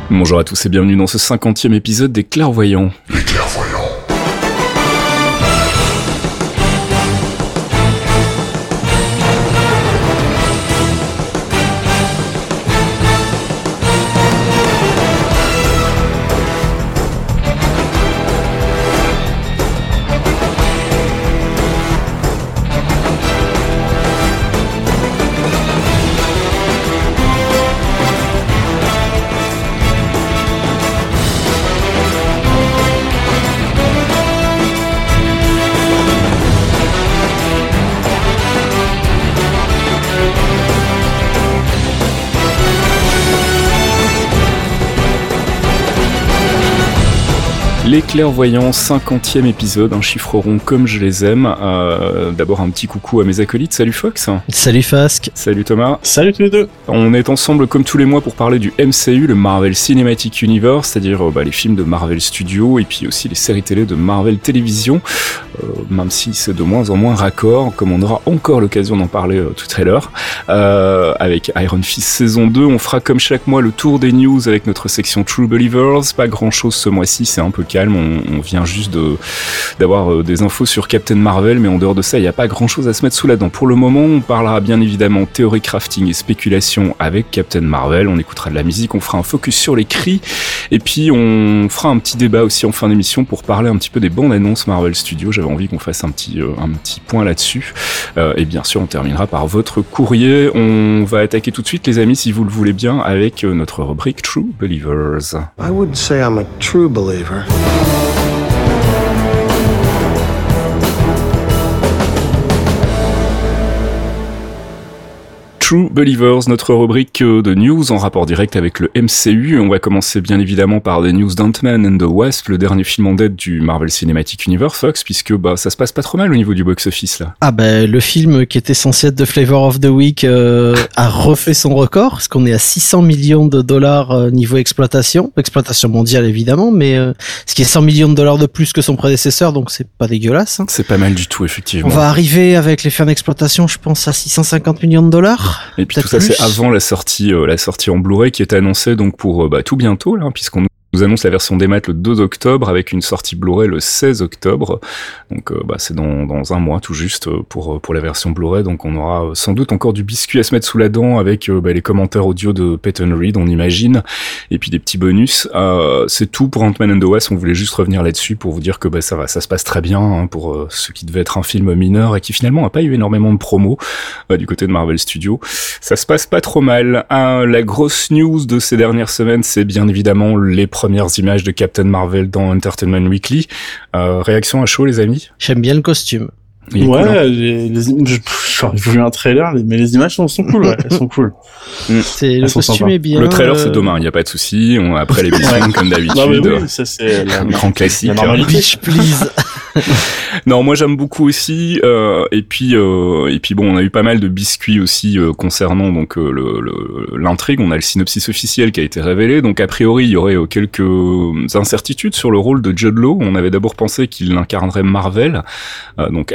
Bonjour à tous et bienvenue dans ce 50e épisode des Clairvoyants. Les Clairvoyants. Les Clairvoyants, 50e épisode, un chiffre rond comme je les aime. D'abord un petit coucou à mes acolytes. Salut Fox. Salut Fasque. Salut Thomas. Salut tous les deux. On est ensemble comme tous les mois pour parler du MCU, le Marvel Cinematic Universe, c'est-à-dire les films de Marvel Studios et puis aussi les séries télé de Marvel Télévision, même si c'est de moins en moins raccord, comme on aura encore l'occasion d'en parler tout à l'heure. Avec Iron Fist saison 2, on fera comme chaque mois le tour des news avec notre section True Believers. Pas grand-chose ce mois-ci, c'est un peu calme. On vient juste d'avoir des infos sur Captain Marvel, mais en dehors de ça, il n'y a pas grand-chose à se mettre sous la dent. Pour le moment, on parlera bien évidemment théorie crafting et spéculation avec Captain Marvel. On écoutera de la musique, on fera un focus sur les cris, et puis on fera un petit débat aussi en fin d'émission pour parler un petit peu des bandes annonces Marvel Studios. J'avais envie qu'on fasse un petit point là-dessus. Et bien sûr, on terminera par votre courrier. On va attaquer tout de suite, les amis, si vous le voulez bien, avec notre rubrique True Believers. I wouldn't say I'm a true believer. True Believers, notre rubrique de news en rapport direct avec le MCU. On va commencer bien évidemment par des news d'Ant-Man and the Wasp, le dernier film en date du Marvel Cinematic Universe, Fox, puisque ça se passe pas trop mal au niveau du box-office là. Ah le film qui était censé être The Flavor of the Week a refait son record, parce qu'on est à 600 millions de dollars niveau exploitation mondiale évidemment, mais ce qui est 100 millions de dollars de plus que son prédécesseur, donc c'est pas dégueulasse. Hein. C'est pas mal du tout, effectivement. On va arriver avec les fins d'exploitation, je pense, à 650 millions de dollars. Et puis tout ça, c'est avant la sortie en Blu-ray qui est annoncée donc pour tout bientôt là, puisqu'on nous annonce la version démat le 2 octobre avec une sortie Blu-ray le 16 octobre. Donc c'est dans un mois tout juste pour la version Blu-ray. Donc on aura sans doute encore du biscuit à se mettre sous la dent avec les commentaires audio de Peyton Reed, on imagine, et puis des petits bonus. C'est tout pour Ant-Man and the Wasp. On voulait juste revenir là-dessus pour vous dire que ça se passe très bien hein, pour ce qui devait être un film mineur et qui finalement a pas eu énormément de promos du côté de Marvel Studios. Ça se passe pas trop mal. La grosse news de ces dernières semaines, c'est bien évidemment les premières images de Captain Marvel dans Entertainment Weekly. Réaction à chaud, les amis? J'aime bien le costume. Ouais, cool, hein. J'aurais voulu un trailer, mais les images sont cool, ouais, elles sont cool. Le costume est bien. Le trailer, c'est demain, il n'y a pas de souci. Après l'émission, comme d'habitude. Non, mais oui, ça c'est un grand classique. Bitch, please. Non, moi j'aime beaucoup aussi. Et puis bon, on a eu pas mal de biscuits aussi concernant donc l'intrigue. On a le synopsis officiel qui a été révélé. Donc a priori, il y aurait quelques incertitudes sur le rôle de Jude Law. On avait d'abord pensé qu'il incarnerait Marvel, donc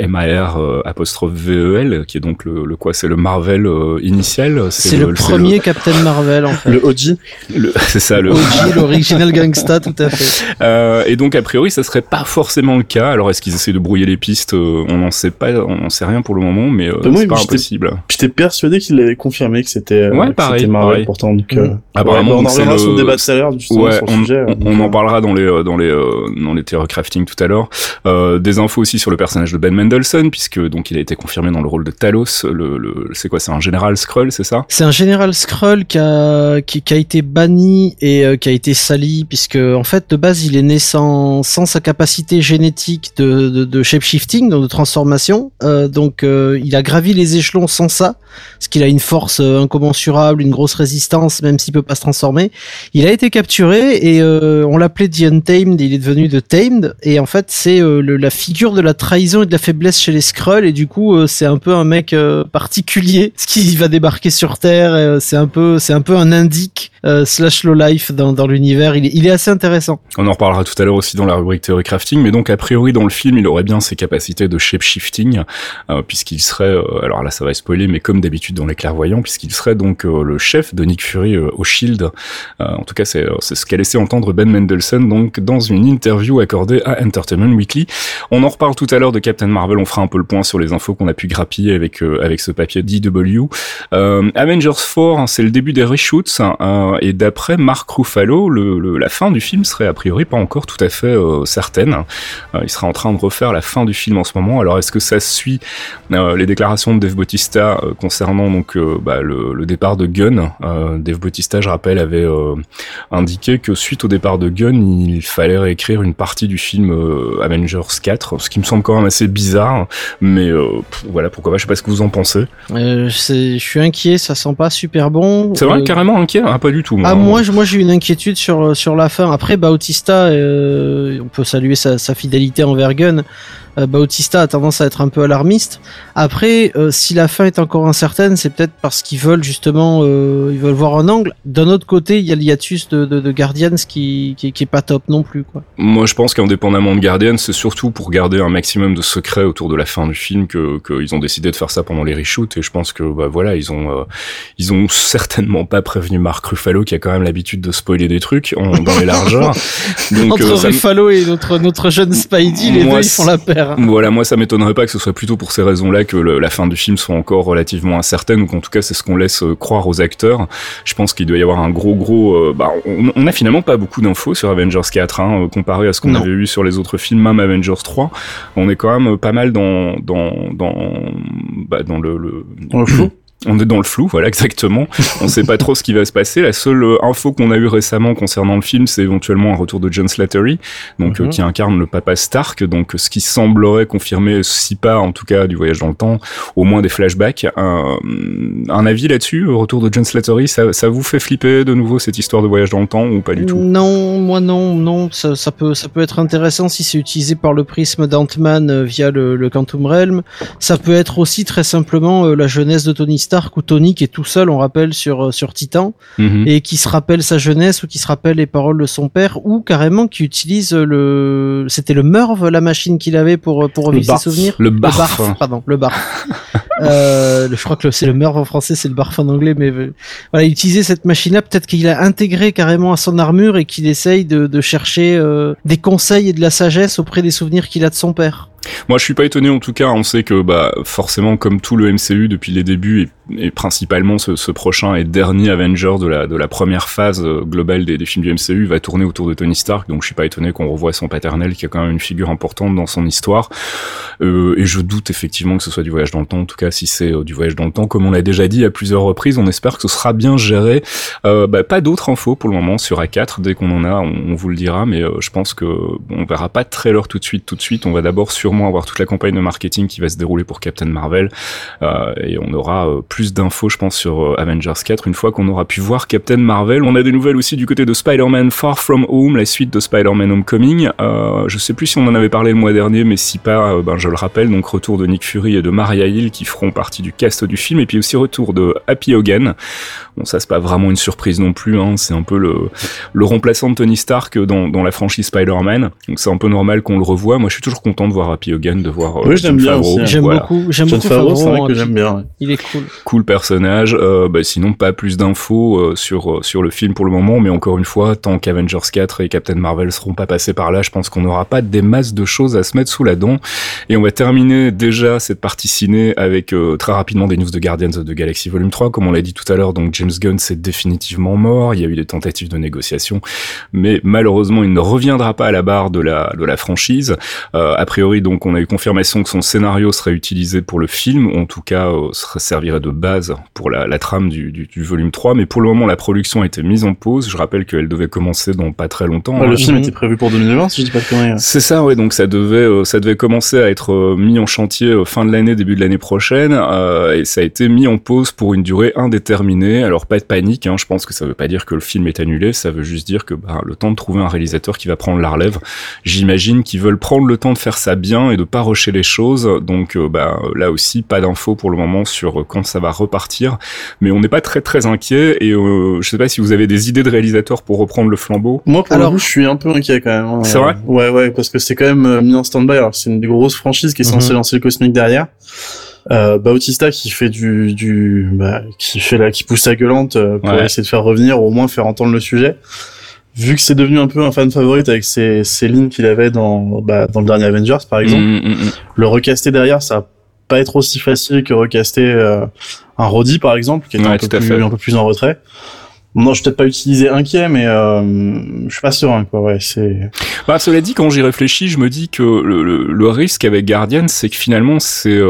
M-A-R-VEL, qui est donc c'est le Marvel initial. C'est le premier Captain Marvel en fait. Le OG. C'est ça, le OG, l'original gangsta, tout à fait. Et donc a priori, ça serait pas forcément le cas. Alors est-ce qu'ils essaient de brouiller les pistes? On n'en sait pas, on n'en sait rien pour le moment, mais c'est pas impossible. J'étais persuadé qu'il avait confirmé que c'était pareil, c'était Marvel pareil. Pourtant. Donc, apparemment, on en reviendra sur le débat de salaire justement sur le sujet. On en parlera dans les théories crafting tout à l'heure. Des infos aussi sur le personnage de Ben Mendelsohn, puisque donc il a été confirmé dans le rôle de Talos. C'est quoi? C'est un général Skrull, c'est ça? C'est un général Skrull qui a été banni et qui a été sali, puisque en fait de base il est né sans sa capacité génétique de shapeshifting, donc de transformation. Donc il a gravi les échelons sans ça, parce qu'il a une force incommensurable, une grosse résistance, même s'il peut pas se transformer. Il a été capturé et on l'appelait The Untamed, il est devenu The Tamed, et en fait c'est la figure de la trahison et de la faiblesse chez les Skrulls, et du coup c'est un peu un mec particulier, ce qui va débarquer sur Terre, c'est un peu un indique slash low life dans l'univers. Il est assez intéressant. On en reparlera tout à l'heure aussi dans la rubrique Theory Crafting, mais donc a priori dans le film il aurait bien ses capacités de shape-shifting, puisqu'il serait, alors là ça va spoiler, mais comme d'habitude dans les clairvoyants, puisqu'il serait donc le chef de Nick Fury au Shield. En tout cas c'est ce qu'a laissé entendre Ben Mendelsohn donc dans une interview accordée à Entertainment Weekly. On en reparle tout à l'heure de Captain Marvel, on fera un peu le point sur les infos qu'on a pu grappiller avec ce papier DW. Avengers 4, c'est le début des reshoots, et d'après Mark Ruffalo, la fin du film serait a priori pas encore tout à fait certaine. Il sera en train de refaire la fin du film en ce moment. Alors est-ce que ça suit les déclarations de Dave Bautista concernant donc le départ de Gunn? Dave Bautista, je rappelle, avait indiqué que suite au départ de Gunn, il fallait réécrire une partie du film Avengers 4, ce qui me semble quand même assez bizarre, mais voilà, pourquoi pas, je sais pas ce que vous en pensez. Je suis inquiet, ça sent pas super bon. C'est vrai, carrément inquiet? Pas du tout. Moi j'ai une inquiétude sur la fin. Après Bautista, on peut saluer sa fidélité envers Gunn. Bautista a tendance à être un peu alarmiste. Après, si la fin est encore incertaine, c'est peut-être parce qu'ils veulent justement, ils veulent voir un angle. D'un autre côté, il y a le hiatus de Guardians qui est pas top non plus, quoi. Moi, je pense qu'indépendamment de Guardians, c'est surtout pour garder un maximum de secret autour de la fin du film qu'ils ont décidé de faire ça pendant les reshoots. Et je pense que voilà, ils ont certainement pas prévenu Mark Ruffalo qui a quand même l'habitude de spoiler des trucs dans les largeurs. Donc, entre Ruffalo et notre jeune Spidey, les deux ils font la paire. Voilà, moi ça m'étonnerait pas que ce soit plutôt pour ces raisons-là que la fin du film soit encore relativement incertaine, ou qu'en tout cas c'est ce qu'on laisse croire aux acteurs. Je pense qu'il doit y avoir un gros on a finalement pas beaucoup d'infos sur Avengers 4 comparé à ce qu'on avait eu sur les autres films, même Avengers 3. On est quand même pas mal dans le flou. On est dans le flou, voilà, exactement. On sait pas trop ce qui va se passer. La seule info qu'on a eue récemment concernant le film, c'est éventuellement un retour de John Slattery, donc qui incarne le papa Stark, donc ce qui semblerait confirmer, si pas en tout cas du voyage dans le temps, au moins des flashbacks. Un avis là-dessus, retour de John Slattery, ça vous fait flipper de nouveau cette histoire de voyage dans le temps ou pas du tout? Non, moi non. Ça peut être intéressant si c'est utilisé par le prisme d'Ant-Man via le Quantum Realm. Ça peut être aussi très simplement la jeunesse de Tony Stark, où Tony qui est tout seul, on rappelle, sur Titan, et qui se rappelle sa jeunesse, ou qui se rappelle les paroles de son père, ou carrément qui utilise c'était le Merv, la machine qu'il avait pour revivre ses souvenirs. Le barf. Le barf. Je crois que c'est le Merv en français, c'est le barf en anglais, mais voilà, il utilisait cette machine-là, peut-être qu'il a intégré carrément à son armure et qu'il essaye de chercher des conseils et de la sagesse auprès des souvenirs qu'il a de son père. Moi, je suis pas étonné, en tout cas. On sait que, forcément, comme tout le MCU depuis les débuts, et principalement ce prochain et dernier Avenger de la première phase globale des films du MCU va tourner autour de Tony Stark. Donc, je suis pas étonné qu'on revoie son paternel, qui a quand même une figure importante dans son histoire. Et je doute effectivement que ce soit du voyage dans le temps. En tout cas, si c'est du voyage dans le temps, comme on l'a déjà dit à plusieurs reprises, on espère que ce sera bien géré. Pas d'autres infos pour le moment sur A4. Dès qu'on en a, on vous le dira. Mais je pense que on verra pas de trailer tout de suite. On va d'abord sûrement avoir toute la campagne de marketing qui va se dérouler pour Captain Marvel, et on aura plus d'infos, je pense, sur Avengers 4 une fois qu'on aura pu voir Captain Marvel. On a des nouvelles aussi du côté de Spider-Man Far From Home, la suite de Spider-Man Homecoming. Je sais plus si on en avait parlé le mois dernier, mais si pas, je le rappelle, donc retour de Nick Fury et de Maria Hill qui feront partie du cast du film, et puis aussi retour de Happy Hogan. Bon, ça c'est pas vraiment une surprise non plus, c'est un peu le remplaçant de Tony Stark dans la franchise Spider-Man, donc c'est un peu normal qu'on le revoie. Moi je suis toujours content de voir Happy Hogan, de voir j'aime bien aussi, j'aime beaucoup Favreau, c'est vrai que j'aime bien, ouais. Il est cool personnage. Sinon pas plus d'infos sur le film pour le moment, mais encore une fois, tant qu'Avengers 4 et Captain Marvel seront pas passés par là, je pense qu'on n'aura pas des masses de choses à se mettre sous la dent. Et on va terminer déjà cette partie ciné avec très rapidement des news de Guardians of the Galaxy Volume 3, comme on l'a dit tout à l'heure. Donc James Gunn c'est définitivement mort, il y a eu des tentatives de négociation, mais malheureusement il ne reviendra pas à la barre de la franchise. A priori donc on a eu confirmation que son scénario serait utilisé pour le film, ou en tout cas servirait de base pour la trame du volume 3, mais pour le moment la production a été mise en pause. Je rappelle qu'elle devait commencer dans pas très longtemps. Le film était prévu pour 2020 si je dis pas de conneries. C'est ça, ouais, donc ça devait commencer à être mis en chantier fin de l'année, début de l'année prochaine, et ça a été mis en pause pour une durée indéterminée. Alors pas de panique, je pense que ça veut pas dire que le film est annulé, ça veut juste dire que le temps de trouver un réalisateur qui va prendre la relève. J'imagine qu'ils veulent prendre le temps de faire ça bien bien et de pas rusher les choses. Donc là aussi, pas d'infos pour le moment sur quand ça va repartir, mais on n'est pas très très inquiet. Et je sais pas si vous avez des idées de réalisateurs pour reprendre le flambeau. Moi, pour le coup, je suis un peu inquiet quand même. Hein. C'est vrai ? Ouais, parce que c'est quand même mis en stand-by. Alors, c'est une grosse franchise qui est censée lancer le cosmique derrière. Bautista qui fait qui pousse sa gueulante pour essayer de faire revenir, ou au moins faire entendre le sujet. Vu que c'est devenu un peu un fan favorite avec ces lignes qu'il avait dans le dernier Avengers, par exemple, le recaster derrière, ça va pas être aussi facile que recaster un Roddy, par exemple, qui était un peu plus en retrait. Non, je vais peut-être pas utiliser inquiet, mais je suis pas serein, quoi. Ouais, c'est. Cela dit, quand j'y réfléchis, je me dis que le risque avec Guardians, c'est que finalement, c'est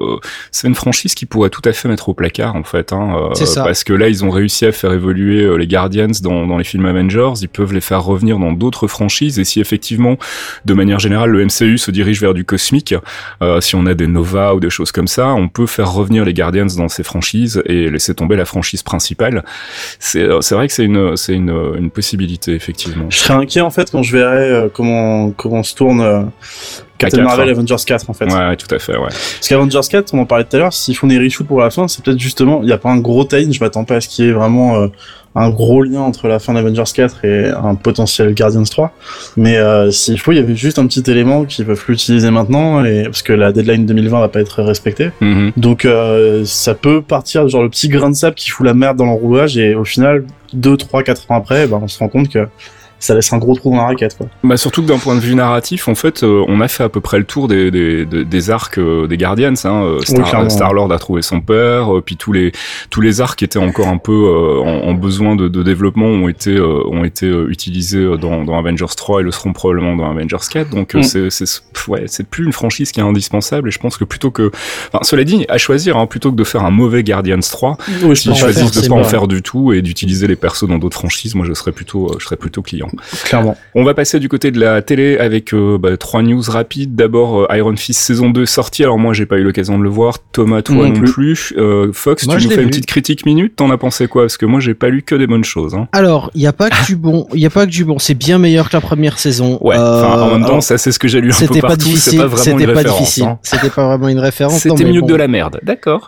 une franchise qui pourrait tout à fait mettre au placard, en fait. C'est ça. Parce que là, ils ont réussi à faire évoluer les Guardians dans les films Avengers. Ils peuvent les faire revenir dans d'autres franchises. Et si effectivement, de manière générale, le MCU se dirige vers du cosmique, si on a des Nova ou des choses comme ça, on peut faire revenir les Guardians dans ces franchises et laisser tomber la franchise principale. C'est vrai que c'est une possibilité, effectivement. Je serais inquiet en fait quand je verrai comment se tourne Captain Marvel Avengers 4 en fait. Ouais, tout à fait, ouais. Parce qu'Avengers 4, on en parlait tout à l'heure, s'ils font des reshoots pour la fin, c'est peut-être justement, il y a pas un gros tie-in, je m'attends pas à ce qu'il y ait vraiment un gros lien entre la fin d'Avengers 4 et un potentiel Guardians 3. Mais s'il faut, il y avait juste un petit élément qu'ils peuvent plus utiliser maintenant, parce que la deadline 2020 va pas être respectée. Donc ça peut partir genre le petit grain de sable qui fout la merde dans l'enroulage, et au final 2, 3, 4 ans après, on se rend compte que ça laisse un gros trou dans la raquette, quoi. Surtout que d'un point de vue narratif, en fait, on a fait à peu près le tour des arcs des Guardians, hein. Star-Lord a trouvé son père, puis tous les arcs qui étaient encore un peu en besoin de développement ont été utilisés dans Avengers 3 et le seront probablement dans Avengers 4. Donc c'est plus une franchise qui est indispensable, et je pense que cela dit, à choisir, plutôt que de faire un mauvais Guardians 3, s'ils choisissent de pas en faire du tout et d'utiliser les persos dans d'autres franchises, moi je serais plutôt client. Clairement. On va passer du côté de la télé avec 3 news rapides. D'abord, Iron Fist saison 2 sortie. Alors moi, j'ai pas eu l'occasion de le voir. Thomas, toi non plus. Fox, moi, tu nous fais une petite critique minute. T'en as pensé quoi? Parce que moi, j'ai pas lu que des bonnes choses. Alors, il y a pas que du bon. Il y a pas que du bon. C'est bien meilleur que la première saison. Ouais. En même temps, ça, c'est ce que j'ai lu un peu partout. C'est pas vraiment une référence. C'était pas vraiment une référence. C'était mieux que de la merde. D'accord.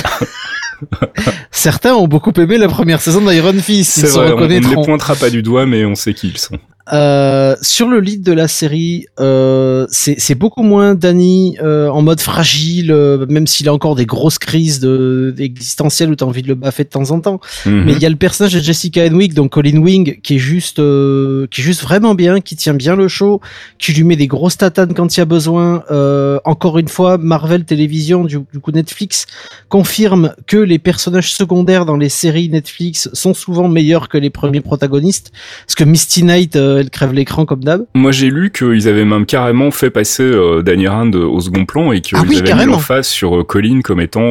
Certains ont beaucoup aimé la première saison d'Iron Fist. C'est vrai, on ne les pointera pas du doigt, mais on sait qui ils sont. Sur le lead de la série, c'est beaucoup moins Danny en mode fragile, même s'il a encore des grosses crises existentielles où t'as envie de le baffer de temps en temps. Mais il y a le personnage de Jessica Henwick, donc Colleen Wing, qui est juste vraiment bien, qui tient bien le show, qui lui met des grosses tatanes quand il y a besoin. Encore une fois, Marvel Télévision, du coup Netflix, confirme que les personnages secondaires dans les séries Netflix sont souvent meilleurs que les premiers protagonistes, parce que Misty Knight elle crève l'écran comme d'hab. Moi j'ai lu qu'ils avaient même carrément fait passer Danny Rand au second plan, et qu'ils avaient mis l'emphase sur Colleen comme étant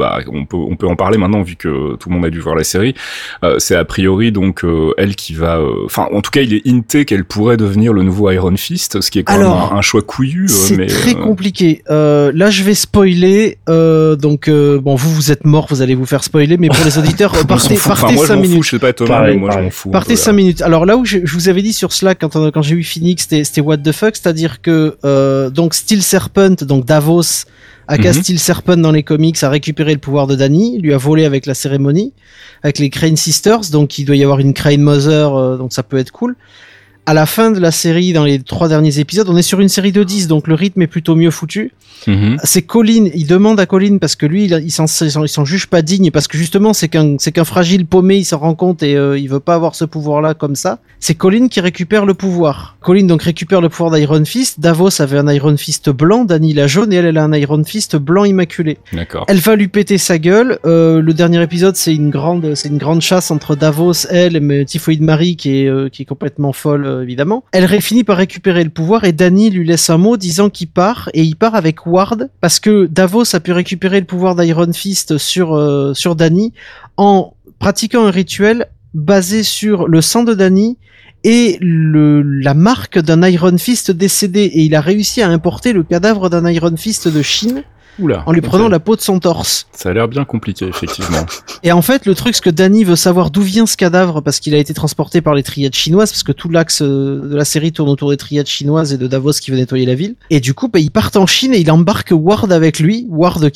on peut en parler maintenant vu que tout le monde a dû voir la série. C'est a priori donc elle qui va en tout cas il est hinté qu'elle pourrait devenir le nouveau Iron Fist, ce qui est quand même un choix couillu. C'est très compliqué. Là je vais spoiler, donc vous êtes morts, vous allez vous faire spoiler, mais pour les auditeurs partez 5 minutes. Je sais pas Thomas, mais moi je m'en fous. Partez 5 minutes. Alors là où je vous avais dit sur Slack quand j'ai eu fini que c'était what the fuck, c'est-à-dire que donc Steel Serpent, donc Davos aka Steel Serpent dans les comics, a récupéré le pouvoir de Danny, lui a volé avec la cérémonie avec les Crane Sisters, donc il doit y avoir une Crane Mother, donc ça peut être cool. À la fin de la série, dans les 3 derniers épisodes, on est sur une série de 10, donc le rythme est plutôt mieux foutu. C'est Colleen, il demande à Colleen, parce que lui, il s'en juge pas digne, parce que justement, c'est qu'un fragile paumé, il s'en rend compte et il veut pas avoir ce pouvoir-là comme ça. C'est Colleen qui récupère le pouvoir. Colleen donc récupère le pouvoir d'Iron Fist. Davos avait un Iron Fist blanc, Danny la jaune, et elle a un Iron Fist blanc immaculé. D'accord. Elle va lui péter sa gueule. Le dernier épisode, c'est une grande chasse entre Davos, elle, et Typhoid Marie qui est complètement folle, évidemment. Elle finit par récupérer le pouvoir, et Danny lui laisse un mot disant qu'il part, et il part avec Ward, parce que Davos a pu récupérer le pouvoir d'Iron Fist sur Danny en pratiquant un rituel basé sur le sang de Danny et la marque d'un Iron Fist décédé, et il a réussi à importer le cadavre d'un Iron Fist de Chine Oula. en lui prenant la peau de son torse. Ça a l'air bien compliqué, effectivement. Et en fait, le truc, c'est que Danny veut savoir d'où vient ce cadavre parce qu'il a été transporté par les triades chinoises, parce que tout l'axe de la série tourne autour des triades chinoises et de Davos qui veut nettoyer la ville. Et du coup, ils partent en Chine et il embarque Ward avec lui. Ward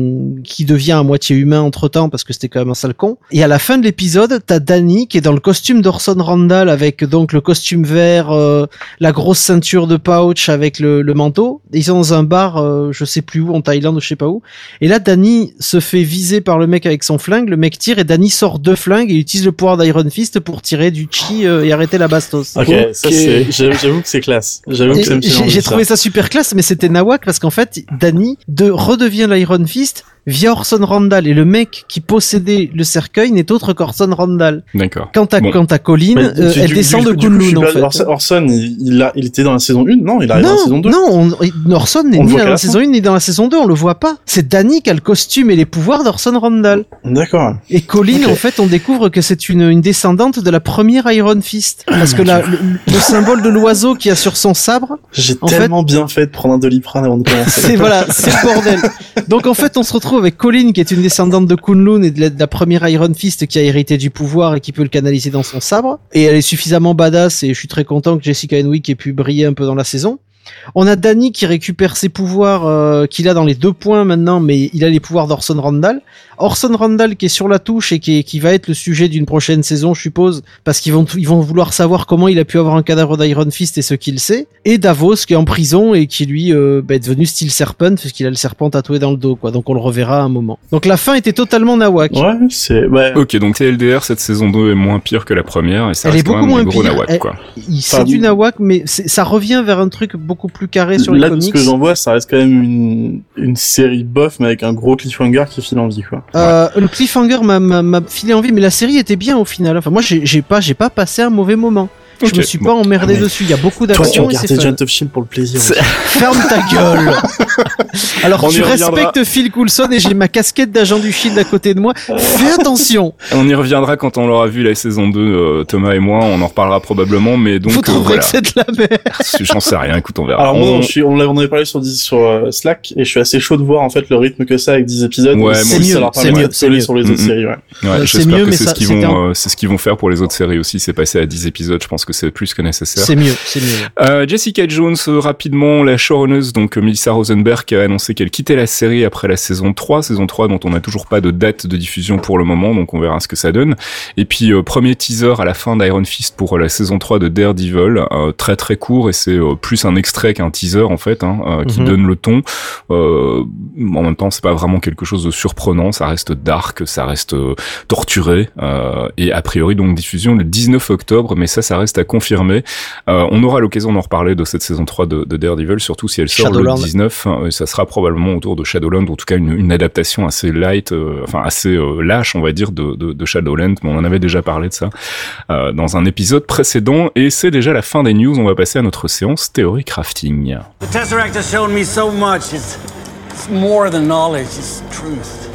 qui devient à moitié humain entre-temps parce que c'était quand même un sale con. Et à la fin de l'épisode, t'as Danny qui est dans le costume d'Orson Randall avec donc le costume vert, la grosse ceinture de pouch avec le manteau. Et ils sont dans un bar, je sais plus où, en Thaïlande ou je sais pas où. Et là, Danny se fait viser par le mec avec son flingue. Le mec tire et Danny sort 2 flingues et utilise le pouvoir d'Iron Fist pour tirer du chi et arrêter la bastos. Ok, ça c'est, j'avoue que c'est classe. J'ai trouvé ça super classe, mais c'était nawak parce qu'en fait, Danny redevient l'Iron Fist via Orson Randall et le mec qui possédait le cercueil n'est autre qu'Orson Randall. D'accord. Quant à Colleen, elle descend de Kunlun en fait. Orson, il était dans la saison 1, non? Il arrive dans la saison 2? Non, Orson n'est ni dans la saison 1 ni dans la saison 2, on le voit pas. C'est Danny qui a le costume et les pouvoirs d'Orson Randall. D'accord. Et Colleen, en fait, on découvre que c'est une descendante de la première Iron Fist. Parce que le symbole de l'oiseau qu'il y a sur son sabre. J'ai tellement bien fait de prendre un Doliprane avant de commencer. C'est le bordel. Donc en fait, on se retrouve avec Colleen qui est une descendante de Kunlun et de la première Iron Fist qui a hérité du pouvoir et qui peut le canaliser dans son sabre. Et elle est suffisamment badass et je suis très content que Jessica Henwick ait pu briller un peu dans la saison. On a Danny qui récupère ses pouvoirs qu'il a dans les 2 points maintenant, mais il a les pouvoirs d'Orson Randall. Orson Randall qui est sur la touche et qui va être le sujet d'une prochaine saison, je suppose, parce qu'ils vont vouloir savoir comment il a pu avoir un cadavre d'Iron Fist et ce qu'il sait. Et Davos qui est en prison et qui lui est devenu Steel Serpent parce qu'il a le serpent tatoué dans le dos, quoi. Donc on le reverra à un moment. Donc la fin était totalement nawak. Ouais, Ok, donc TLDR, cette saison 2 est moins pire que la première et ça elle reste est beaucoup moins gros pire. nawak, quoi. C'est du nawak, mais ça revient vers un truc beaucoup plus carré sur les comics. Là, ce que j'en vois, ça reste quand même une série bof, mais avec un gros cliffhanger qui file envie, quoi. Le cliffhanger m'a filé envie, mais la série était bien au final. Enfin, moi, j'ai pas passé un mauvais moment. Okay, je me suis pas emmerdé dessus. Il y a beaucoup Toi, d'action. tu regardes Agent of Shield pour le plaisir. Ferme ta gueule. Alors, On tu respectes Phil Coulson et j'ai ma casquette d'agent du Shield à côté de moi. Fais attention. On y reviendra quand on l'aura vu la saison 2, Thomas et moi. On en reparlera probablement, mais donc. Vous trouverez que c'est de la merde. J'en sais rien. Écoute, on verra. Alors moi, on avait parlé sur Slack et je suis assez chaud de voir en fait le rythme que ça avec 10 épisodes. Ouais, c'est mieux. C'est mieux sur les autres séries. Ouais. J'espère que c'est ce qu'ils vont faire pour les autres séries aussi. C'est passer à 10 épisodes. Je pense que c'est plus que nécessaire. C'est mieux. Jessica Jones, rapidement, la showrunneuse, donc Melissa Rosenberg, a annoncé qu'elle quittait la série après la saison 3 dont on n'a toujours pas de date de diffusion pour le moment, donc on verra ce que ça donne. Et puis, premier teaser à la fin d'Iron Fist pour la saison 3 de Daredevil, très très court, et c'est plus un extrait qu'un teaser en fait, qui donne le ton. En même temps, c'est pas vraiment quelque chose de surprenant, ça reste dark, ça reste torturé, et a priori donc diffusion le 19 octobre, mais ça reste à confirmer. On aura l'occasion d'en reparler de cette saison 3 de Daredevil, surtout si elle sort le 19. Ça sera probablement autour de Shadowland, en tout cas une adaptation assez light, assez lâche, on va dire, de Shadowland. Mais on en avait déjà parlé de ça dans un épisode précédent, et c'est déjà la fin des news. On va passer à notre séance théorie crafting. The Tesseract has shown me so much. It's more than knowledge, it's truth.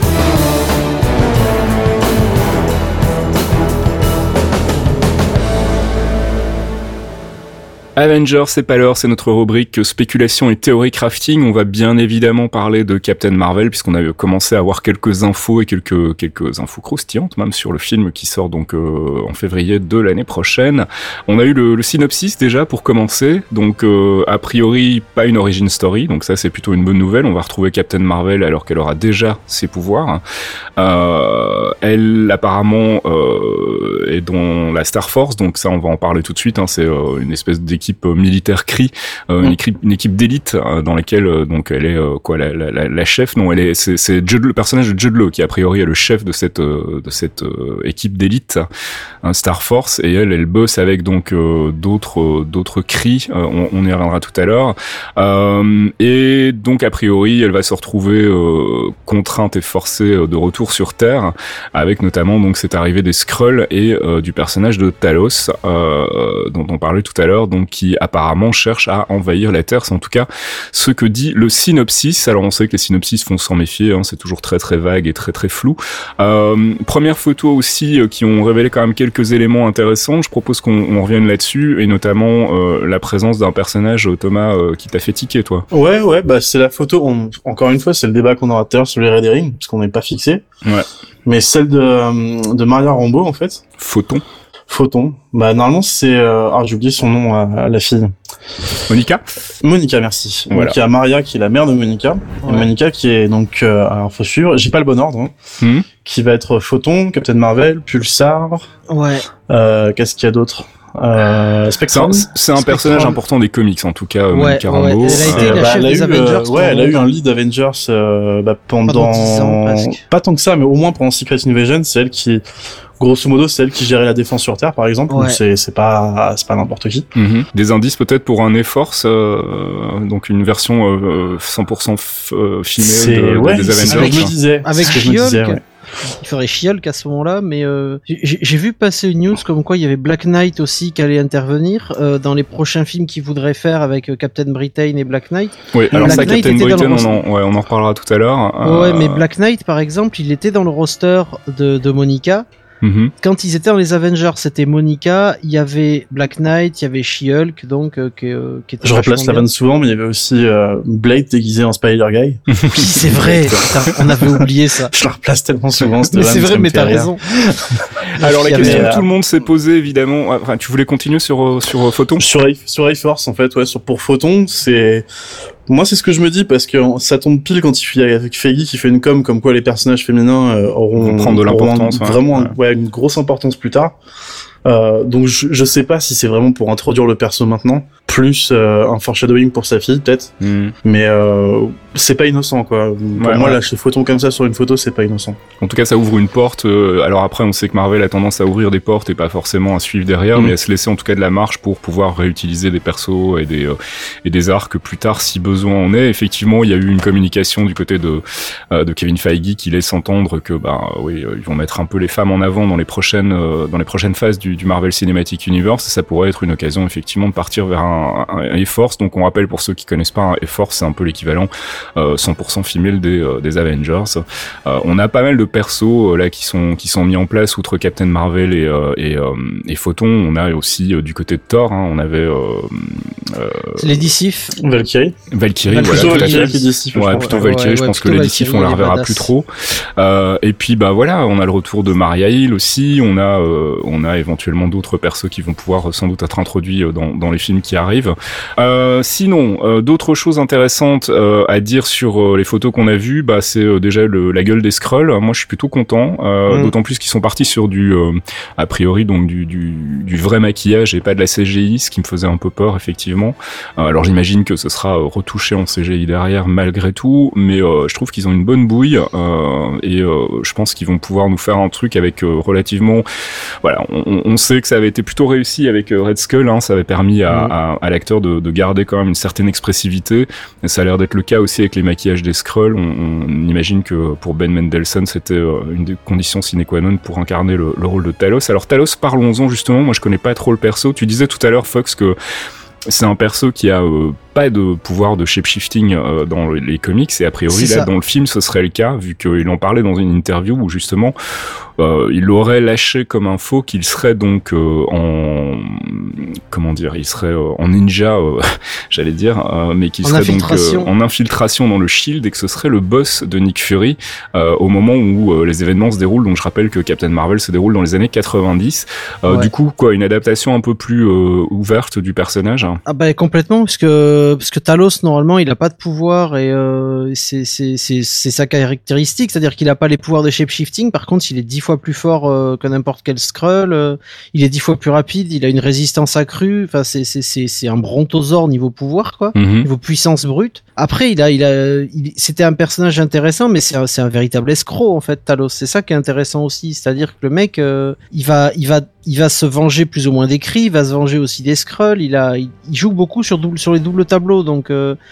Avengers, c'est pas l'heure, c'est notre rubrique spéculation et théorie crafting. On va bien évidemment parler de Captain Marvel puisqu'on a commencé à avoir quelques infos et quelques infos croustillantes même sur le film qui sort donc en février de l'année prochaine. On a eu le synopsis déjà pour commencer, donc a priori pas une origin story, donc ça c'est plutôt une bonne nouvelle. On va retrouver Captain Marvel alors qu'elle aura déjà ses pouvoirs. Elle apparemment est dans la Star Force, donc ça on va en parler tout de suite. C'est une espèce d'équipe militaire Kree, une équipe d'élite dans laquelle donc elle est la chef. Non, c'est le personnage de Jude Law qui a priori est le chef de cette équipe d'élite, Star Force, et elle bosse avec donc d'autres Kree. On y reviendra tout à l'heure. Et donc a priori elle va se retrouver contrainte et forcée de retour sur Terre, avec notamment donc cette arrivée des Skrulls et du personnage de Talos, dont on parlait tout à l'heure, donc qui apparemment cherche à envahir la Terre. C'est en tout cas ce que dit le synopsis. Alors on sait que les synopsis font s'en méfier, hein, c'est toujours très très vague et très très flou. Première photo aussi qui ont révélé quand même quelques éléments intéressants. Je propose qu'on revienne là-dessus, et notamment la présence d'un personnage, Thomas, qui t'a fait tiquer, toi. Ouais, bah c'est la photo. Encore une fois, c'est le débat qu'on aura tout à l'heure sur les Red Herring, parce qu'on n'est pas fixé. Ouais. Mais celle de Maria Rambeau, en fait. Photon. Bah normalement c'est j'ai oublié son nom à la fille. Monica, merci. Voilà. Donc il y a Maria qui est la mère de Monica. Ouais. Et Monica qui est donc alors faut suivre, j'ai pas le bon ordre. Qui va être Photon, Captain Marvel, Pulsar. Ouais. Qu'est-ce qu'il y a d'autre? Spectrum. C'est un personnage important des comics, en tout cas, Monica ouais. Rambeau. Elle a été la chef des Avengers. Elle a eu un lead Avengers pendant 10 ans presque. Pas tant que ça, mais au moins pendant Secret Invasion, c'est elle qui, grosso modo, c'est elle qui gérait la défense sur Terre, par exemple. Ouais. Donc c'est pas n'importe qui. Des indices peut-être pour un E-Force, donc une version 100% filmée des Avengers. Je me disais. Avec c'est ce que je me disais, She-Hulk. ouais. Il ferait She-Hulk à ce moment-là, mais j'ai vu passer une news comme quoi il y avait Black Knight aussi qui allait intervenir dans les prochains films qu'il voudrait faire avec Captain Britain et Black Knight. Oui, alors Black ça, Knight Captain était dans Britain, le on en reparlera tout à l'heure. Ouais, mais Black Knight, par exemple, il était dans le roster de Monica. Quand ils étaient dans les Avengers, c'était Monica, il y avait Black Knight, il y avait She-Hulk, donc qui était. Je replace la vanne souvent, mais il y avait aussi Blade déguisé en Spider-Guy. Oui, c'est vrai, putain, on avait oublié ça. Je la replace tellement souvent, cette Mais vanne, c'est ça vrai, me mais fait t'as rire. raison. Alors la Il y avait, question que tout le monde s'est posée, évidemment. Enfin, tu voulais continuer sur Photon? Sur A-Force, en fait, ouais, pour Photon, moi, c'est ce que je me dis, parce que ça tombe pile quand il fait avec Feige qui fait une com comme quoi les personnages féminins auront prendre de l'importance, vraiment une grosse importance plus tard. Donc je sais pas si c'est vraiment pour introduire le perso maintenant, plus un foreshadowing pour sa fille peut-être, mais c'est pas innocent quoi. Pour moi lâcher Photon comme ça sur une photo, c'est pas innocent. En tout cas, ça ouvre une porte. Alors après, on sait que Marvel a tendance à ouvrir des portes et pas forcément à suivre derrière, mais à se laisser en tout cas de la marge pour pouvoir réutiliser des persos et des arcs plus tard si besoin en est. Effectivement, il y a eu une communication du côté de Kevin Feige qui laisse entendre que ils vont mettre un peu les femmes en avant dans les prochaines phases du Marvel Cinematic Universe, et ça pourrait être une occasion effectivement de partir vers un A-Force. Donc on rappelle pour ceux qui connaissent pas, un A-Force c'est un peu l'équivalent 100% femelle des Avengers. On a pas mal de persos là qui sont mis en place outre Captain Marvel et Photon. On a aussi du côté de Thor, on avait c'est les Sif. Valkyrie, plutôt voilà, Valkyrie qui dit Sif. Plutôt Valkyrie, je pense que les Sif on la reverra plus trop. Et puis voilà, on a le retour de Maria Hill aussi, on a éventuellement d'autres persos qui vont pouvoir sans doute être introduits dans les films qui arrivent. Sinon, d'autres choses intéressantes à dire sur les photos qu'on a vues, c'est déjà la gueule des Skrulls. Moi, je suis plutôt content, d'autant plus qu'ils sont partis sur a priori donc du vrai maquillage et pas de la CGI, ce qui me faisait un peu peur effectivement. Alors j'imagine que ce sera retouché en CGI derrière malgré tout, mais je trouve qu'ils ont une bonne bouille et je pense qu'ils vont pouvoir nous faire un truc avec relativement, voilà, on sait que ça avait été plutôt réussi avec Red Skull, ça avait permis à l'acteur de garder quand même une certaine expressivité, et ça a l'air d'être le cas aussi avec les maquillages des Skrulls. On imagine que pour Ben Mendelsohn c'était une des conditions sine qua non pour incarner le rôle de Talos. Alors Talos, parlons-en justement, moi je connais pas trop le perso. Tu disais tout à l'heure, Fox, que c'est un perso qui a pas de pouvoir de shapeshifting dans les comics, et a priori là dans le film ce serait le cas, vu qu'il en parlait dans une interview où justement il aurait lâché comme info qu'il serait donc il serait en ninja j'allais dire, mais qu'il serait donc en infiltration dans le Shield, et que ce serait le boss de Nick Fury au moment où les événements se déroulent. Donc je rappelle que Captain Marvel se déroule dans les années 90. Du coup une adaptation un peu plus ouverte du personnage. Complètement, parce que Talos normalement il a pas de pouvoir, et c'est sa caractéristique, c'est-à-dire qu'il a pas les pouvoirs de shapeshifting. Par contre, il est 10 fois plus fort que n'importe quel Skrull, il est 10 fois plus rapide, il a une résistance accrue, enfin c'est un brontosaure niveau pouvoir quoi, niveau puissance brute. Après c'était un personnage intéressant, mais c'est un véritable escroc en fait, Talos. C'est ça qui est intéressant aussi, c'est-à-dire que le mec il va il va se venger plus ou moins des Kree, il va se venger aussi des Skrulls, il joue beaucoup sur les doubles tableaux, donc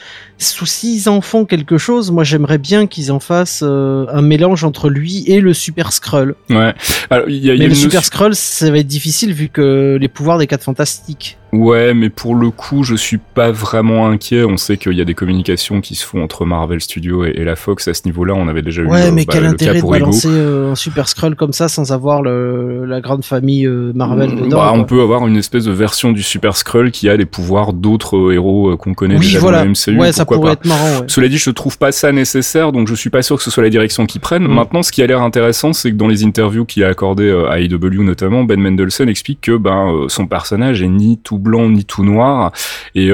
s'ils en font quelque chose, moi j'aimerais bien qu'ils en fassent un mélange entre lui et le Super Skrull. Ouais. Alors, mais le Super Skrull, ça va être difficile vu que les pouvoirs des 4 Fantastiques. Ouais, mais pour le coup, je suis pas vraiment inquiet. On sait qu'il y a des communications qui se font entre Marvel Studios et la Fox à ce niveau-là. On avait déjà eu mais quel intérêt de balancer Ego. Un Super Skrull comme ça sans avoir la grande famille Marvel dedans. On peut avoir une espèce de version du Super Skrull qui a des pouvoirs d'autres héros qu'on connaît déjà dans le MCU. Ouais, ça pourrait être marrant. Ouais. Cela dit, je trouve pas ça nécessaire, donc je suis pas sûr que ce soit la direction qu'ils prennent. Maintenant, ce qui a l'air intéressant, c'est que dans les interviews qu'il a accordées à AEW notamment, Ben Mendelsohn explique que son personnage est ni tout blanc ni tout noir. Et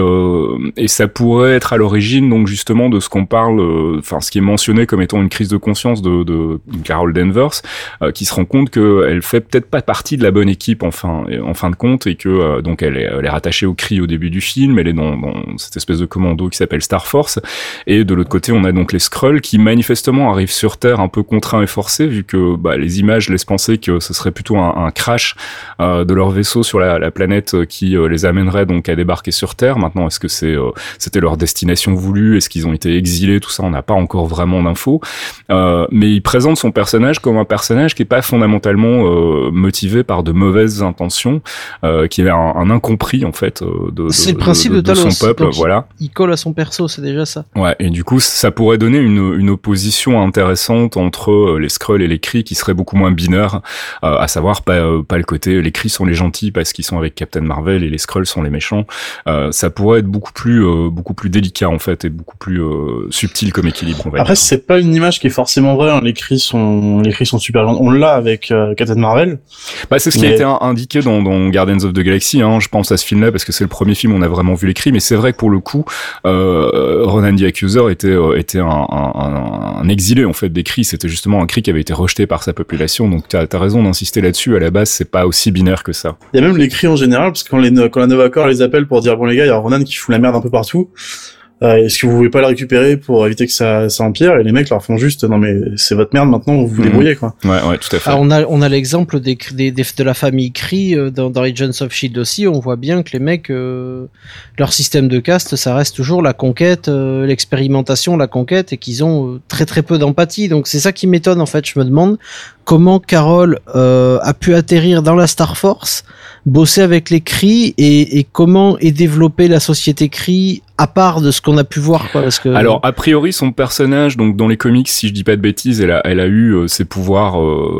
ça pourrait être à l'origine donc justement de ce qu'on parle, ce qui est mentionné comme étant une crise de conscience de Carol Danvers, qui se rend compte qu'elle fait peut-être pas partie de la bonne équipe en fin de compte, et que donc elle est rattachée au Kree au début du film, elle est dans cette espèce de commando qui s'appelle Star Force, et de l'autre côté on a donc les Skrulls qui manifestement arrivent sur Terre un peu contraints et forcés, vu que les images laissent penser que ce serait plutôt un crash de leur vaisseau sur la planète qui les amènerait donc à débarquer sur Terre. Maintenant, est-ce que c'était leur destination voulue? Est-ce qu'ils ont été exilés? Tout ça, on n'a pas encore vraiment d'infos. Mais il présente son personnage comme un personnage qui est pas fondamentalement motivé par de mauvaises intentions, qui est un incompris en fait c'est le principe de son peuple. Voilà. Il colle à son perso, c'est déjà ça. Ouais, et du coup, ça pourrait donner une opposition intéressante entre les Skrulls et les Kree, qui serait beaucoup moins binaire, à savoir pas le côté les Kree sont les gentils parce qu'ils sont avec Captain Marvel et les Skrulls sont les méchants. Ça pourrait être beaucoup plus délicat en fait, et beaucoup plus subtil comme équilibre, on va Après, dire. c'est pas une image qui est forcément vraie, hein. Les Kree sont super gentils. On l'a avec Captain Marvel. C'est ce qui a été indiqué dans Guardians of the Galaxy, hein. Je pense à ce film-là parce que c'est le premier film où on a vraiment vu les Kree, mais c'est vrai que pour le coup, Ronan the Accuser était un exilé en fait des Kree. C'était justement un Kree qui avait été rejeté par sa population, donc t'as raison d'insister là-dessus. À la base, c'est pas aussi binaire que ça. Il y a même les Kree en général, parce que quand la Nova Corps les appelle pour dire bon les gars, il y a Ronan qui fout la merde un peu partout. Est-ce que vous pouvez pas le récupérer pour éviter que ça empire? Et les mecs leur font juste non mais c'est votre merde maintenant, vous vous débrouillez quoi. Ouais, tout à fait. Alors on a l'exemple de la famille Kree dans Agents of Shield aussi. On voit bien que les mecs leur système de caste, ça reste toujours la conquête, l'expérimentation, la conquête, et qu'ils ont très très peu d'empathie. Donc c'est ça qui m'étonne en fait. Je me demande comment Carol a pu atterrir dans la Star Force, bosser avec les Kree, et comment est développée la société Kree à part de ce qu'on a pu voir, quoi, parce que... Alors, a priori, son personnage, donc dans les comics, si je dis pas de bêtises, elle a eu ses pouvoirs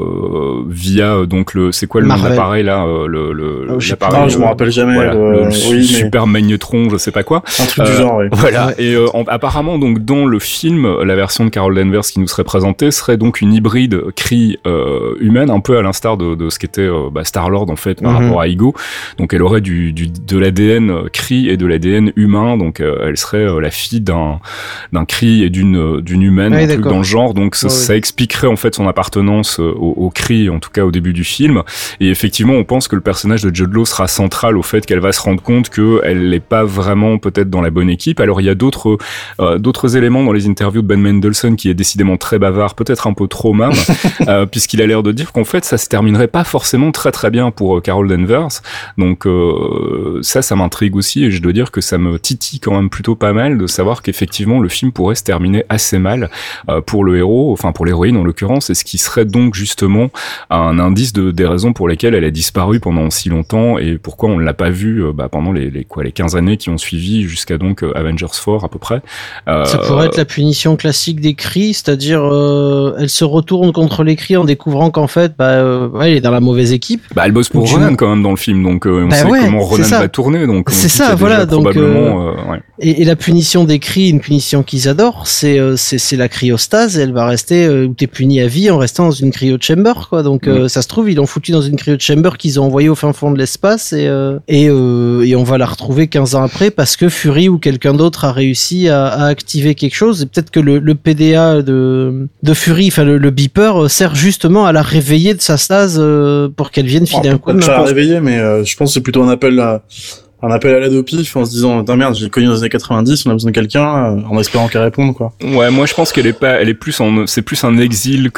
via donc c'est quoi le nom de l'appareil là, l'appareil, je me rappelle jamais. Voilà, super magnétron, je sais pas quoi. Un truc du genre, oui. Voilà. Et apparemment, donc dans le film, la version de Carol Danvers qui nous serait présentée serait donc une hybride Kree humaine, un peu à l'instar de ce qu'était Star-Lord en fait par rapport à Ego. Donc elle aurait de l'ADN Kree et de l'ADN humain, donc elle serait la fille d'un Kree et d'une humaine, un truc dans le genre. Donc ça expliquerait en fait son appartenance au Kree, en tout cas au début du film. Et effectivement, on pense que le personnage de Jude Law sera central au fait qu'elle va se rendre compte qu'elle n'est pas vraiment peut-être dans la bonne équipe. Alors il y a d'autres éléments dans les interviews de Ben Mendelsohn qui est décidément très bavard, peut-être un peu trop même, puisqu'il a l'air de dire qu'en fait ça se terminerait pas forcément très très bien pour Carol Danvers. Donc ça m'intrigue aussi, et je dois dire que ça me titille quand même plutôt pas mal de savoir qu'effectivement le film pourrait se terminer assez mal pour le héros, enfin pour l'héroïne en l'occurrence, et ce qui serait donc justement un indice des raisons pour lesquelles elle a disparu pendant si longtemps et pourquoi on ne l'a pas vue pendant les 15 années qui ont suivi jusqu'à donc Avengers 4 à peu près. Ça pourrait être la punition classique des Kree, c'est-à-dire elle se retourne contre les Kree en découvrant qu'en fait elle est dans la mauvaise équipe. Elle bosse pour Ronan quand même dans le film, donc on sait comment Ronan va tourner, donc c'est ça, voilà, donc probablement et la punition des Kree, une punition qu'ils adorent, c'est la cryostase, et elle va rester où t'es puni à vie en restant dans une cryo chamber, quoi. Donc ça se trouve ils l'ont foutu dans une cryo chamber qu'ils ont envoyé au fin fond de l'espace, et on va la retrouver 15 ans après parce que Fury ou quelqu'un d'autre a réussi à activer quelque chose, et peut-être que le PDA de Fury, enfin le beeper, sert justement à la réveiller de sa stase pour qu'elle vienne filer un coup de main. Pas la réveiller, mais je pense que c'est plutôt un appel un appel à l'aide au pif en se disant merde, j'ai connu dans les années 90, on a besoin de quelqu'un, en espérant qu'elle réponde, quoi. Ouais, moi je pense qu'elle est plus c'est plus un exil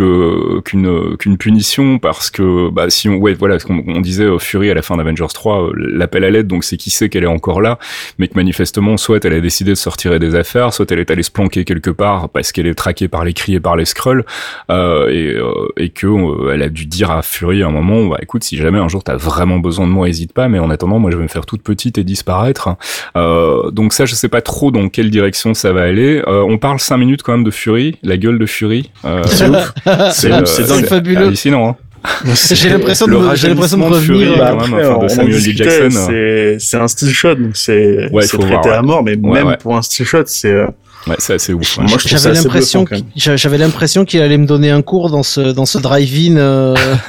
qu'une punition, parce que si on disait Fury à la fin d'Avengers 3, l'appel à l'aide, donc c'est qui sait qu'elle est encore là, mais que manifestement soit elle a décidé de se retirer des affaires, soit elle est allée se planquer quelque part parce qu'elle est traquée par les Kree et par les Skrulls, et que elle a dû dire à Fury à un moment, écoute, si jamais un jour t'as vraiment besoin de moi, hésite pas, mais en attendant moi je vais me faire toute petite et disparaître. Donc ça, je sais pas trop dans quelle direction ça va aller. On parle 5 minutes quand même de Fury, la gueule de Fury. C'est ouf. C'est fabuleux. Hallucinant, hein. J'ai l'impression de revenir. Fury, quand même, après, de Samuel L. Jackson. C'est un still shot, donc c'est traité à mort, mais même pour un still shot, c'est ouais, c'est assez ouf. Moi, j'avais l'impression qu'il allait me donner un cours dans ce drive-in,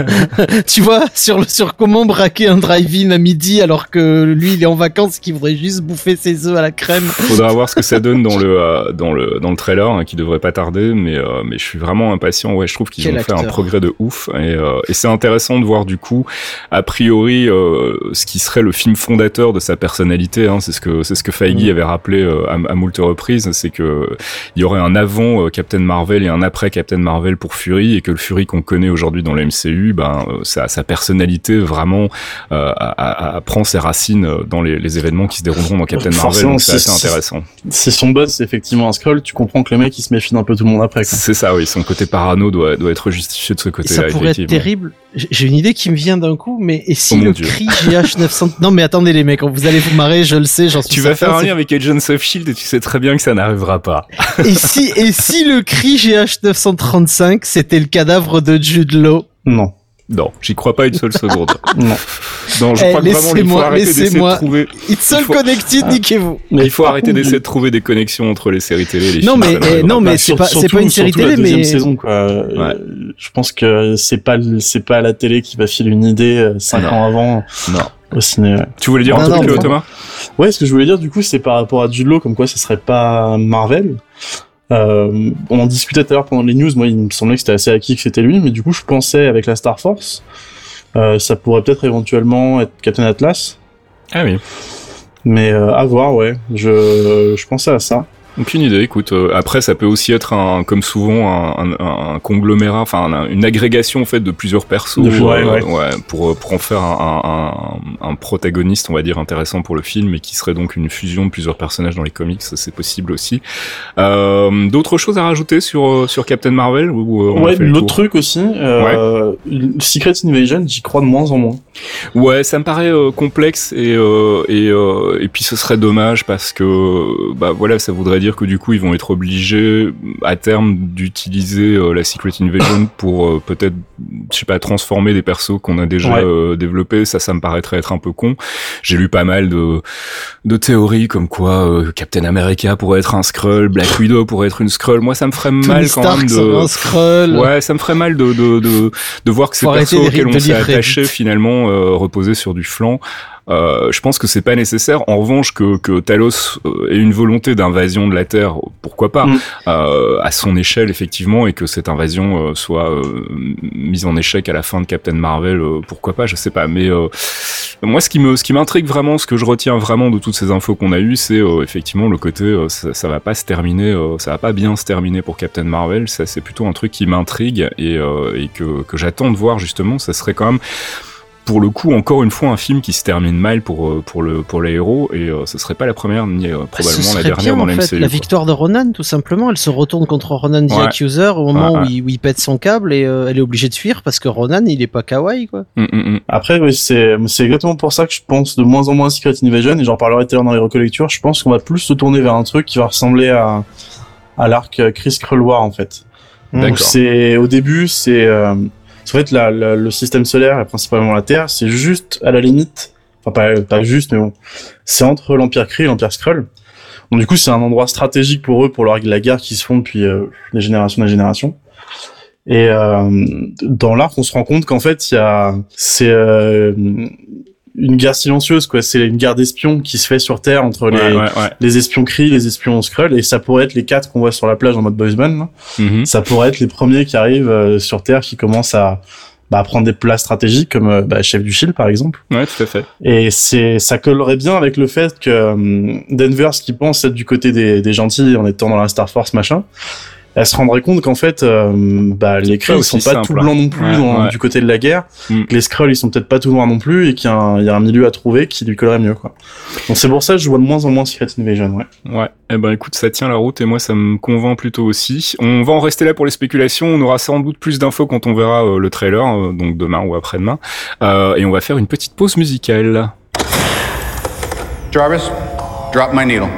tu vois, sur comment braquer un drive-in à midi alors que lui il est en vacances, qu'il voudrait juste bouffer ses œufs à la crème. Faudra voir ce que ça donne dans le trailer, hein, qui devrait pas tarder, mais je suis vraiment impatient. Ouais, je trouve qu'ils ont fait un progrès de ouf, et c'est intéressant de voir du coup, a priori, ce qui serait le film fondateur de sa personnalité, hein, c'est ce que Feige avait rappelé à moult reprises, c'est que il y aurait un avant Captain Marvel et un après Captain Marvel pour Fury, et que le Fury qu'on connaît aujourd'hui dans le MCU, sa personnalité vraiment prend ses racines dans les événements qui se dérouleront dans Captain Marvel, donc c'est assez intéressant. Si son boss c'est effectivement un Skrull, tu comprends que le mec il se méfie d'un peu tout le monde après, quoi. C'est ça, oui, son côté parano doit être justifié de ce côté-là. Ça pourrait être terrible. J'ai une idée qui me vient d'un coup, mais et si le cri GH900... Non mais attendez les mecs, vous allez vous marrer, je le sais, j'en suis certain. Tu vas faire un lien avec Agents of S.H.I.E.L.D. et tu sais très bien que ça n'arrivera pas. Et si le cri GH935 c'était le cadavre de Jude Law? Non, j'y crois pas une seule seconde. Non, je crois que vraiment il faut arrêter d'essayer de trouver. It's all connected, niquez-vous. Mais il faut arrêter d'essayer de trouver des connexions entre les séries télé et les films. Non, mais c'est pas une série télé, la deuxième saison, quoi. Ouais. Je pense que c'est pas la télé qui va filer une idée 5 ans avant. Non. Au ciné. Tu voulais dire un truc, Thomas? Ouais, ce que je voulais dire du coup, c'est par rapport à Jude Law, comme quoi ça serait pas Marvel. On en discutait tout à l'heure pendant les news, moi il me semblait que c'était assez acquis que c'était lui, mais du coup je pensais avec la Star Force, ça pourrait peut-être éventuellement être Captain Atlas. Ah oui. Mais à voir, ouais, je pensais à ça. Aucune idée, écoute. Après, ça peut aussi être comme souvent un conglomérat, enfin une agrégation en fait de plusieurs persos, pour en faire un protagoniste, on va dire, intéressant pour le film, et qui serait donc une fusion de plusieurs personnages dans les comics. C'est possible aussi. D'autres choses à rajouter sur Captain Marvel, ou ouais, l'autre truc aussi, Secret Invasion, j'y crois de moins en moins. Ouais, ça me paraît complexe, et puis ce serait dommage parce que voilà, ça voudrait dire que du coup ils vont être obligés à terme d'utiliser la Secret Invasion pour peut-être, je sais pas, transformer des persos qu'on a déjà développés. Ça me paraîtrait être un peu con. J'ai lu pas mal de théories comme quoi Captain America pourrait être un Skrull, Black Widow pourrait être une Skrull. Moi ça me ferait mal quand même un Skrull. Ouais, ça me ferait mal de voir que ces persos auxquels on s'est attaché finalement reposaient sur du flanc. Je pense que c'est pas nécessaire. En revanche, que Talos ait une volonté d'invasion de la Terre, pourquoi pas, à son échelle effectivement, et que cette invasion soit mise en échec à la fin de Captain Marvel, pourquoi pas, je sais pas. Mais moi, ce qui m'intrigue vraiment, ce que je retiens vraiment de toutes ces infos qu'on a eues, c'est effectivement le côté ça va pas se terminer, ça va pas bien se terminer pour Captain Marvel. Ça, c'est plutôt un truc qui m'intrigue et que j'attends de voir justement. Ça serait quand même, pour le coup, encore une fois, un film qui se termine mal pour les héros, et ce serait pas la première ni probablement la dernière dans la MCU. La victoire de Ronan, tout simplement, elle se retourne contre Ronan the Accuser au moment où il pète son câble, et elle est obligée de fuir parce que Ronan il est pas kawaii, quoi. Après, oui, c'est exactement pour ça que je pense de moins en moins à Secret Invasion, et j'en parlerai tout à l'heure dans les recollectures. Je pense qu'on va plus se tourner vers un truc qui va ressembler à l'arc Chris Skrull War, en fait. Donc au début, en fait, le système solaire, et principalement la Terre, c'est juste à la limite, enfin pas juste, mais bon, c'est entre l'Empire Kree et l'Empire Skrull. Donc du coup, c'est un endroit stratégique pour eux, pour la guerre qui se font depuis les générations des générations. Et dans l'arc, on se rend compte qu'en fait, c'est une guerre silencieuse, quoi. C'est une guerre d'espions qui se fait sur Terre entre les espions Kree, les espions Skrull, et ça pourrait être les 4 qu'on voit sur la plage en mode boys band. Ça pourrait être les premiers qui arrivent sur Terre, qui commencent à prendre des places stratégiques comme chef du Shield par exemple. Ouais, tout à fait. Et ça collerait bien avec le fait que Danvers, qui pense être du côté des gentils en étant dans la Star Force machin, elle se rendrait compte qu'en fait, les Kree, ils sont pas tout blancs non plus du côté de la guerre, que les Skrulls, ils sont peut-être pas tout noirs non plus, et qu'il y a un milieu à trouver qui lui collerait mieux, quoi. Donc c'est pour ça que je vois de moins en moins Secret Invasion, Ouais. Eh ben, écoute, ça tient la route, et moi, ça me convainc plutôt aussi. On va en rester là pour les spéculations, on aura sans doute plus d'infos quand on verra le trailer, donc demain ou après-demain, et on va faire une petite pause musicale. Jarvis, drop my needle.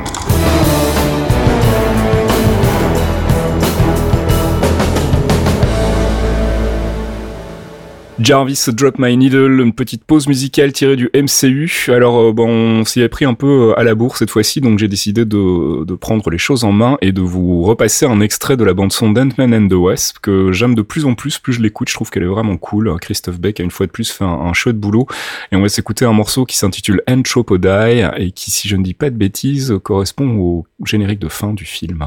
Jarvis, Drop My Needle, une petite pause musicale tirée du MCU. Alors, on s'y est pris un peu à la bourre cette fois-ci, donc j'ai décidé de prendre les choses en main et de vous repasser un extrait de la bande-son d'Ant-Man and the Wasp que j'aime de plus en plus je l'écoute. Je trouve qu'elle est vraiment cool. Christophe Beck a une fois de plus fait un chouette boulot. Et on va s'écouter un morceau qui s'intitule Anthropodie et qui, si je ne dis pas de bêtises, correspond au générique de fin du film.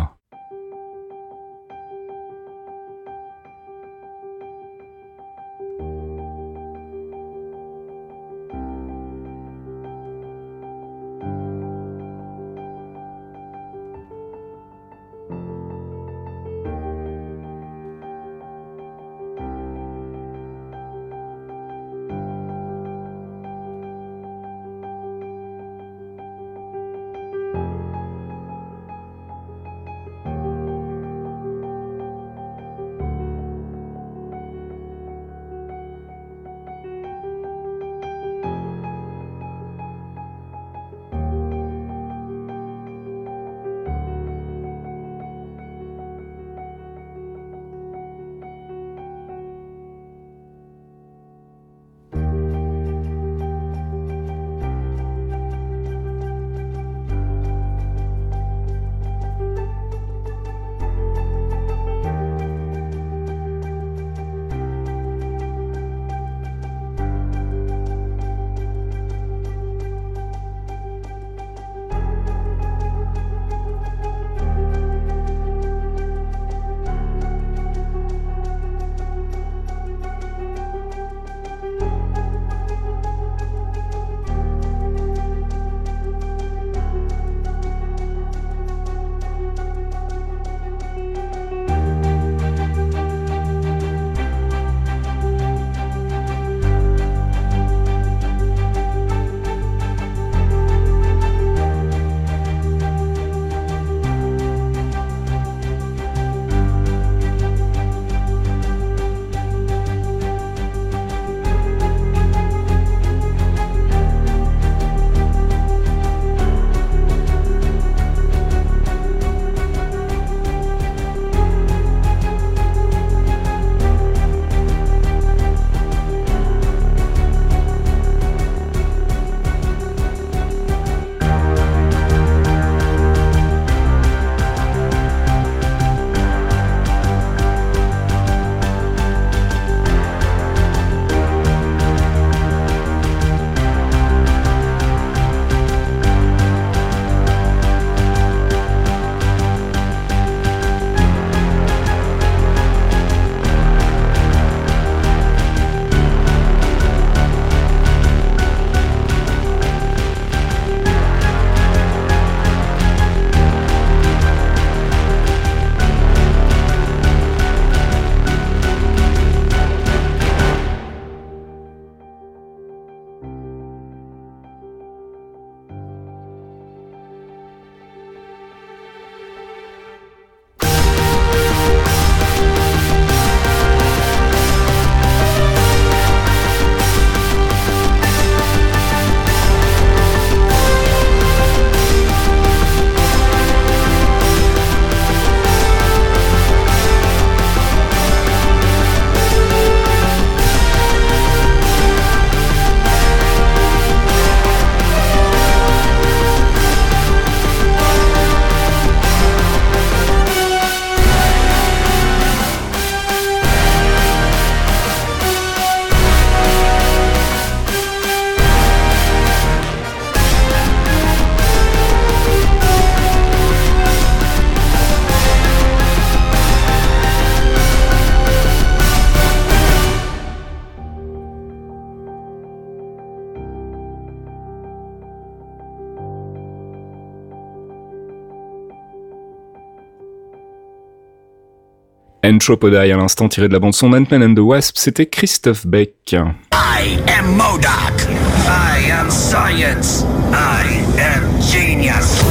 Entropodie à l'instant tiré de la bande son Ant-Man and the Wasp, c'était Christophe Beck. I am MODOK. I am science. I am genius.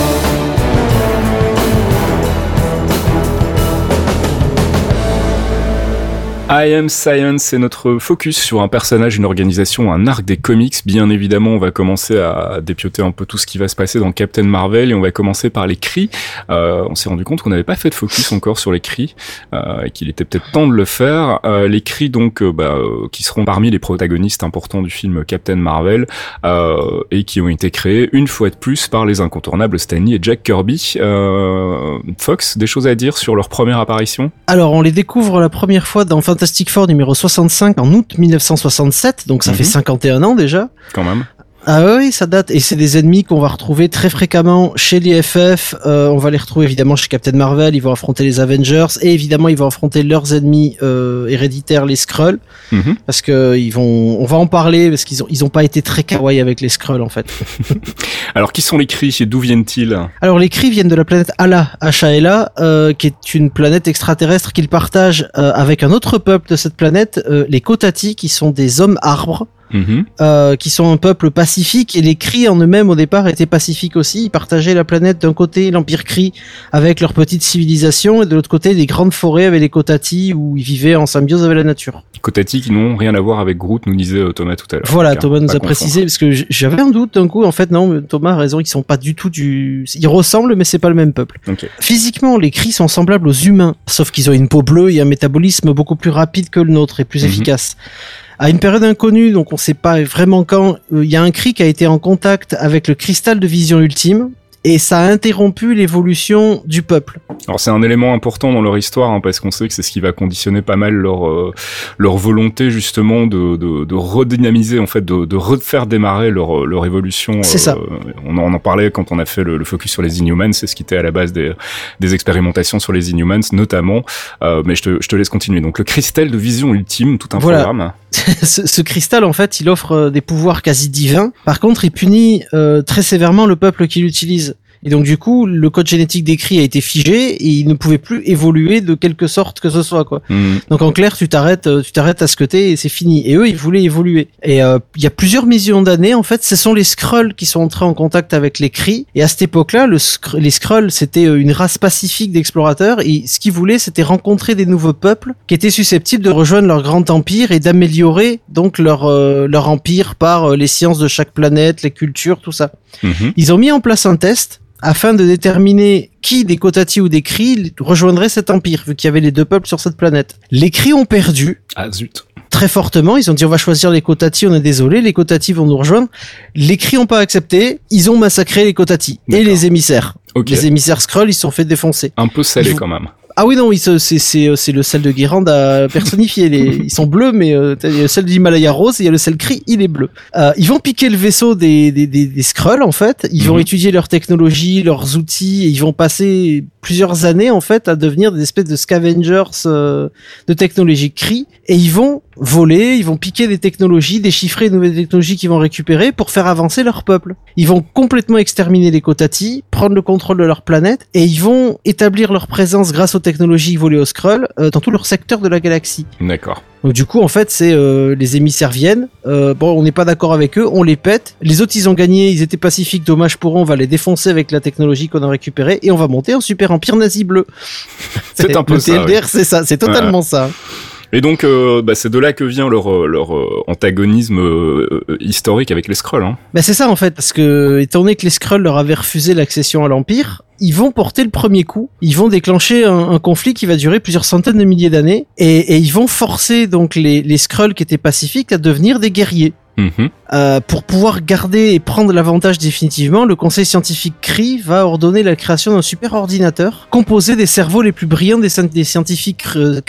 I Am Science, c'est notre focus sur un personnage, une organisation, un arc des comics. Bien évidemment, on va commencer à dépioter un peu tout ce qui va se passer dans Captain Marvel et on va commencer par les Kree. On s'est rendu compte qu'on n'avait pas fait de focus encore sur les Kree et qu'il était peut-être temps de le faire. Les Kree, donc, qui seront parmi les protagonistes importants du film Captain Marvel et qui ont été créés une fois de plus par les incontournables Stan Lee et Jack Kirby. Fox, des choses à dire sur leur première apparition ? Alors, on les découvre la première fois dans Fantastic Four numéro 65 en août 1967, donc ça fait 51 ans déjà. Quand même. Ah oui, ça date. Et c'est des ennemis qu'on va retrouver très fréquemment chez les FF. On va les retrouver évidemment chez Captain Marvel. Ils vont affronter les Avengers. Et évidemment, ils vont affronter leurs ennemis héréditaires, les Skrulls. Parce que on va en parler, parce qu'ils ont pas été très kawaii avec les Skrulls, en fait. Alors, qui sont les Kree et d'où viennent-ils ? Alors, les Kree viennent de la planète Hala, H-A-L-A, qui est une planète extraterrestre qu'ils partagent avec un autre peuple de cette planète, les Kotati, qui sont des hommes arbres. Qui sont un peuple pacifique, et les Kree en eux-mêmes au départ étaient pacifiques aussi. Ils partageaient la planète, d'un côté l'Empire Kree avec leur petite civilisation, et de l'autre côté des grandes forêts avec les Kotati où ils vivaient en symbiose avec la nature. Les Kotati qui n'ont rien à voir avec Groot, nous disait Thomas tout à l'heure. Voilà, Thomas nous a précisé, parce que j'avais un doute d'un coup, en fait non, Thomas a raison, ils sont pas du tout ils ressemblent mais c'est pas le même peuple. Okay. Physiquement, les Kree sont semblables aux humains, sauf qu'ils ont une peau bleue et un métabolisme beaucoup plus rapide que le nôtre et plus efficace. À une période inconnue, donc on sait pas vraiment quand, il y a un Kree qui a été en contact avec le cristal de vision ultime, et ça a interrompu l'évolution du peuple. Alors c'est un élément important dans leur histoire, parce qu'on sait que c'est ce qui va conditionner pas mal leur volonté justement de redynamiser, en fait, de refaire démarrer leur évolution. C'est ça. On en parlait quand on a fait le focus sur les Inhumans, c'est ce qui était à la base des expérimentations sur les Inhumans notamment. Mais je te laisse continuer. Donc le cristal de vision ultime, tout un programme. Ce cristal, en fait, il offre des pouvoirs quasi divins. Par contre, il punit très sévèrement le peuple qui l'utilise. Et donc du coup, le code génétique des Kree a été figé et il ne pouvait plus évoluer de quelque sorte que ce soit, quoi. Donc en clair, tu t'arrêtes à ce que t'es et c'est fini. Et eux, ils voulaient évoluer. Et il y a plusieurs millions d'années, en fait, ce sont les Skrulls qui sont entrés en contact avec les Kree. Et à cette époque-là, les Skrulls, c'était une race pacifique d'explorateurs. Et ce qu'ils voulaient, c'était rencontrer des nouveaux peuples qui étaient susceptibles de rejoindre leur grand empire et d'améliorer donc leur empire par les sciences de chaque planète, les cultures, tout ça. Ils ont mis en place un test afin de déterminer qui des Kotati ou des Kree rejoindrait cet empire, vu qu'il y avait les deux peuples sur cette planète. Les Kree ont perdu. Ah zut. Très fortement, ils ont dit on va choisir les Kotati, on est désolé, les Kotati vont nous rejoindre. Les Kree ont pas accepté, ils ont massacré les Kotati et les émissaires. Okay. Les émissaires Skrull, ils se sont fait défoncer. Un peu salé quand même. Ah oui, non, c'est le sel de Guérande à personnifier. Ils sont bleus, mais il y a le sel de l'Himalaya rose et il y a le sel Kree, il est bleu. Ils vont piquer le vaisseau des Skrulls, en fait. Ils vont étudier leur technologie, leurs outils, et ils vont passer plusieurs années, en fait, à devenir des espèces de scavengers de technologie Kree. Et ils vont voler, ils vont piquer des technologies, déchiffrer de nouvelles technologies qu'ils vont récupérer pour faire avancer leur peuple. Ils vont complètement exterminer les Kotati, prendre le contrôle de leur planète, et ils vont établir leur présence grâce aux technologies volées aux Skrulls dans tout leur secteur de la galaxie. D'accord. Donc du coup, en fait, c'est les émissaires viennent, on n'est pas d'accord avec eux, on les pète, les autres ils ont gagné, ils étaient pacifiques, dommage pour eux, on va les défoncer avec la technologie qu'on a récupérée, et on va monter un super empire nazi bleu. C'est un peu le ça. TLDR, c'est ça, c'est totalement ça. Et donc, c'est de là que vient leur antagonisme historique avec les Skrulls. Hein. C'est ça en fait, parce que étant donné que les Skrulls leur avaient refusé l'accession à l'Empire, ils vont porter le premier coup. Ils vont déclencher un conflit qui va durer plusieurs centaines de milliers d'années, et ils vont forcer donc les Skrulls qui étaient pacifiques à devenir des guerriers. Pour pouvoir garder et prendre l'avantage définitivement, le conseil scientifique Kree va ordonner la création d'un super ordinateur composé des cerveaux les plus brillants des scientifiques Kree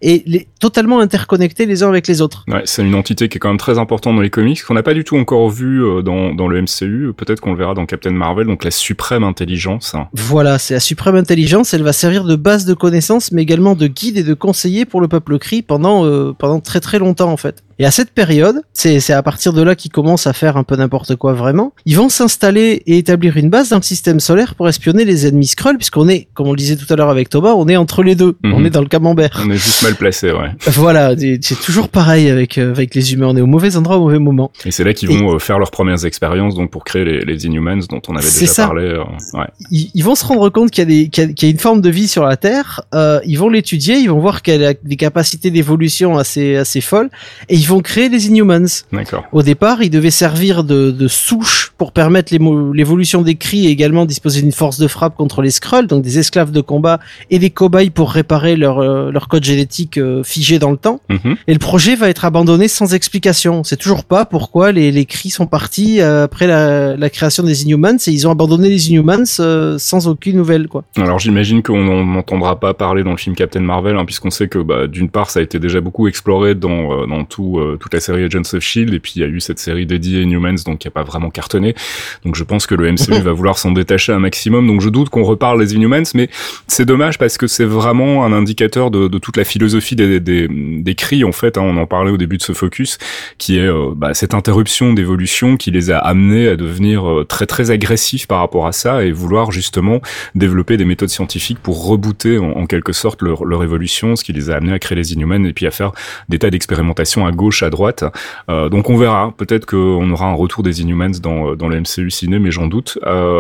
et totalement interconnectés les uns avec les autres. Ouais, c'est une entité qui est quand même très importante dans les comics, qu'on n'a pas du tout encore vu dans le MCU. Peut-être qu'on le verra dans Captain Marvel, donc la suprême intelligence. Voilà, c'est la suprême intelligence. Elle va servir de base de connaissances, mais également de guide et de conseiller pour le peuple Kree pendant très très longtemps en fait. Et à cette période, c'est à partir de là qu'ils commencent à faire un peu n'importe quoi vraiment. Ils vont s'installer et établir une base dans le système solaire pour espionner les ennemis Skrull, puisqu'on est, comme on le disait tout à l'heure avec Thomas, on est entre les deux. On est dans le camembert. On est juste mal placé, ouais. Voilà, c'est toujours pareil avec les humains. On est au mauvais endroit au mauvais moment. Et c'est là qu'ils vont faire leurs premières expériences, donc pour créer les Inhumans dont on avait déjà parlé. Ouais. Ils vont se rendre compte qu'il y a une forme de vie sur la Terre. Ils vont l'étudier, ils vont voir qu'elle a des capacités d'évolution assez folles, et ils vont créer les Inhumans. D'accord. Au départ, ils devaient servir de souche pour permettre l'évolution des Kree et également disposer d'une force de frappe contre les Skrulls, donc des esclaves de combat et des cobayes pour réparer leur code génétique figé dans le temps. Et le projet va être abandonné sans explication. On sait toujours pas pourquoi les Kree sont partis après la création des Inhumans, et ils ont abandonné les Inhumans sans aucune nouvelle, quoi. Alors j'imagine qu'on n'entendra pas parler dans le film Captain Marvel, puisqu'on sait que d'une part ça a été déjà beaucoup exploré dans toute la série Agents of S.H.I.E.L.D. et puis il y a eu cette série dédiée Inhumans, donc qui a pas vraiment cartonné. Donc je pense que le MCU va vouloir s'en détacher un maximum. Donc je doute qu'on reparle des Inhumans, mais c'est dommage parce que c'est vraiment un indicateur de toute la philosophie des Kree en fait. On en parlait au début de ce focus, qui est cette interruption d'évolution qui les a amenés à devenir très très agressifs par rapport à ça et vouloir justement développer des méthodes scientifiques pour rebooter en quelque sorte leur évolution, ce qui les a amenés à créer les Inhumans et puis à faire des tas d'expérimentations à gauche, à droite. Donc on verra, peut-être qu'on aura un retour des Inhumans dans le MCU ciné, mais j'en doute.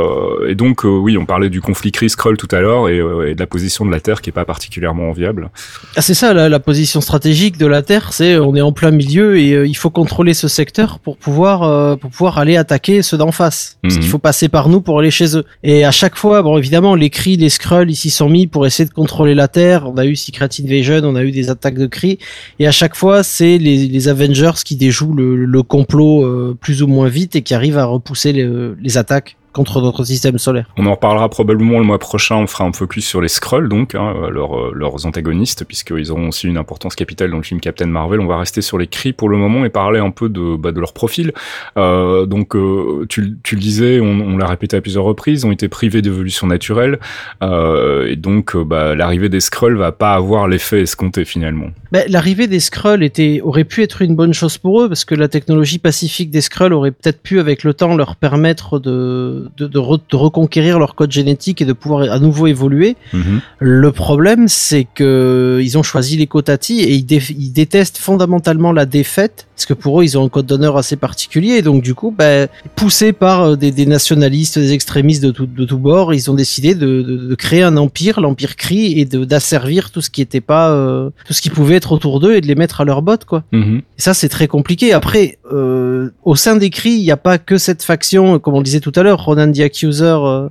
Et donc oui, on parlait du conflit Kree-Skrull tout à l'heure et de la position de la Terre qui est pas particulièrement enviable. Ah, c'est ça, la position stratégique de la Terre, c'est on est en plein milieu et il faut contrôler ce secteur pour pouvoir aller attaquer ceux d'en face. Parce qu'il faut passer par nous pour aller chez eux. Et à chaque fois, bon évidemment, les Kree, les Skrulls, ils s'y sont mis pour essayer de contrôler la Terre. On a eu Secret Invasion, on a eu des attaques de Kree, et à chaque fois, c'est les Avengers qui déjouent le complot plus ou moins vite et qui arrivent à repousser les attaques contre notre système solaire. On en reparlera probablement le mois prochain, on fera un focus sur les Skrulls donc, leurs antagonistes, puisqu'ils auront aussi une importance capitale dans le film Captain Marvel. On va rester sur les Kree pour le moment et parler un peu de leur profil. Tu le disais, on l'a répété à plusieurs reprises, ont été privés d'évolution naturelle, et donc l'arrivée des Skrulls va pas avoir l'effet escompté finalement. L'arrivée des Skrulls aurait pu être une bonne chose pour eux, parce que la technologie pacifique des Skrulls aurait peut-être pu avec le temps leur permettre de reconquérir leur code génétique et de pouvoir à nouveau évoluer. Le problème, c'est que ils ont choisi les Kotati et ils détestent fondamentalement la défaite, parce que pour eux, ils ont un code d'honneur assez particulier, et donc du coup, poussés par des nationalistes, des extrémistes de tout bord, ils ont décidé de créer un empire, l'empire Kree, et d'asservir tout ce qui était pas, tout ce qui pouvait être autour d'eux et de les mettre à leur botte, quoi. Et ça, c'est très compliqué. Après, au sein des Kree, il n'y a pas que cette faction, comme on le disait tout à l'heure, Ronan the Accuser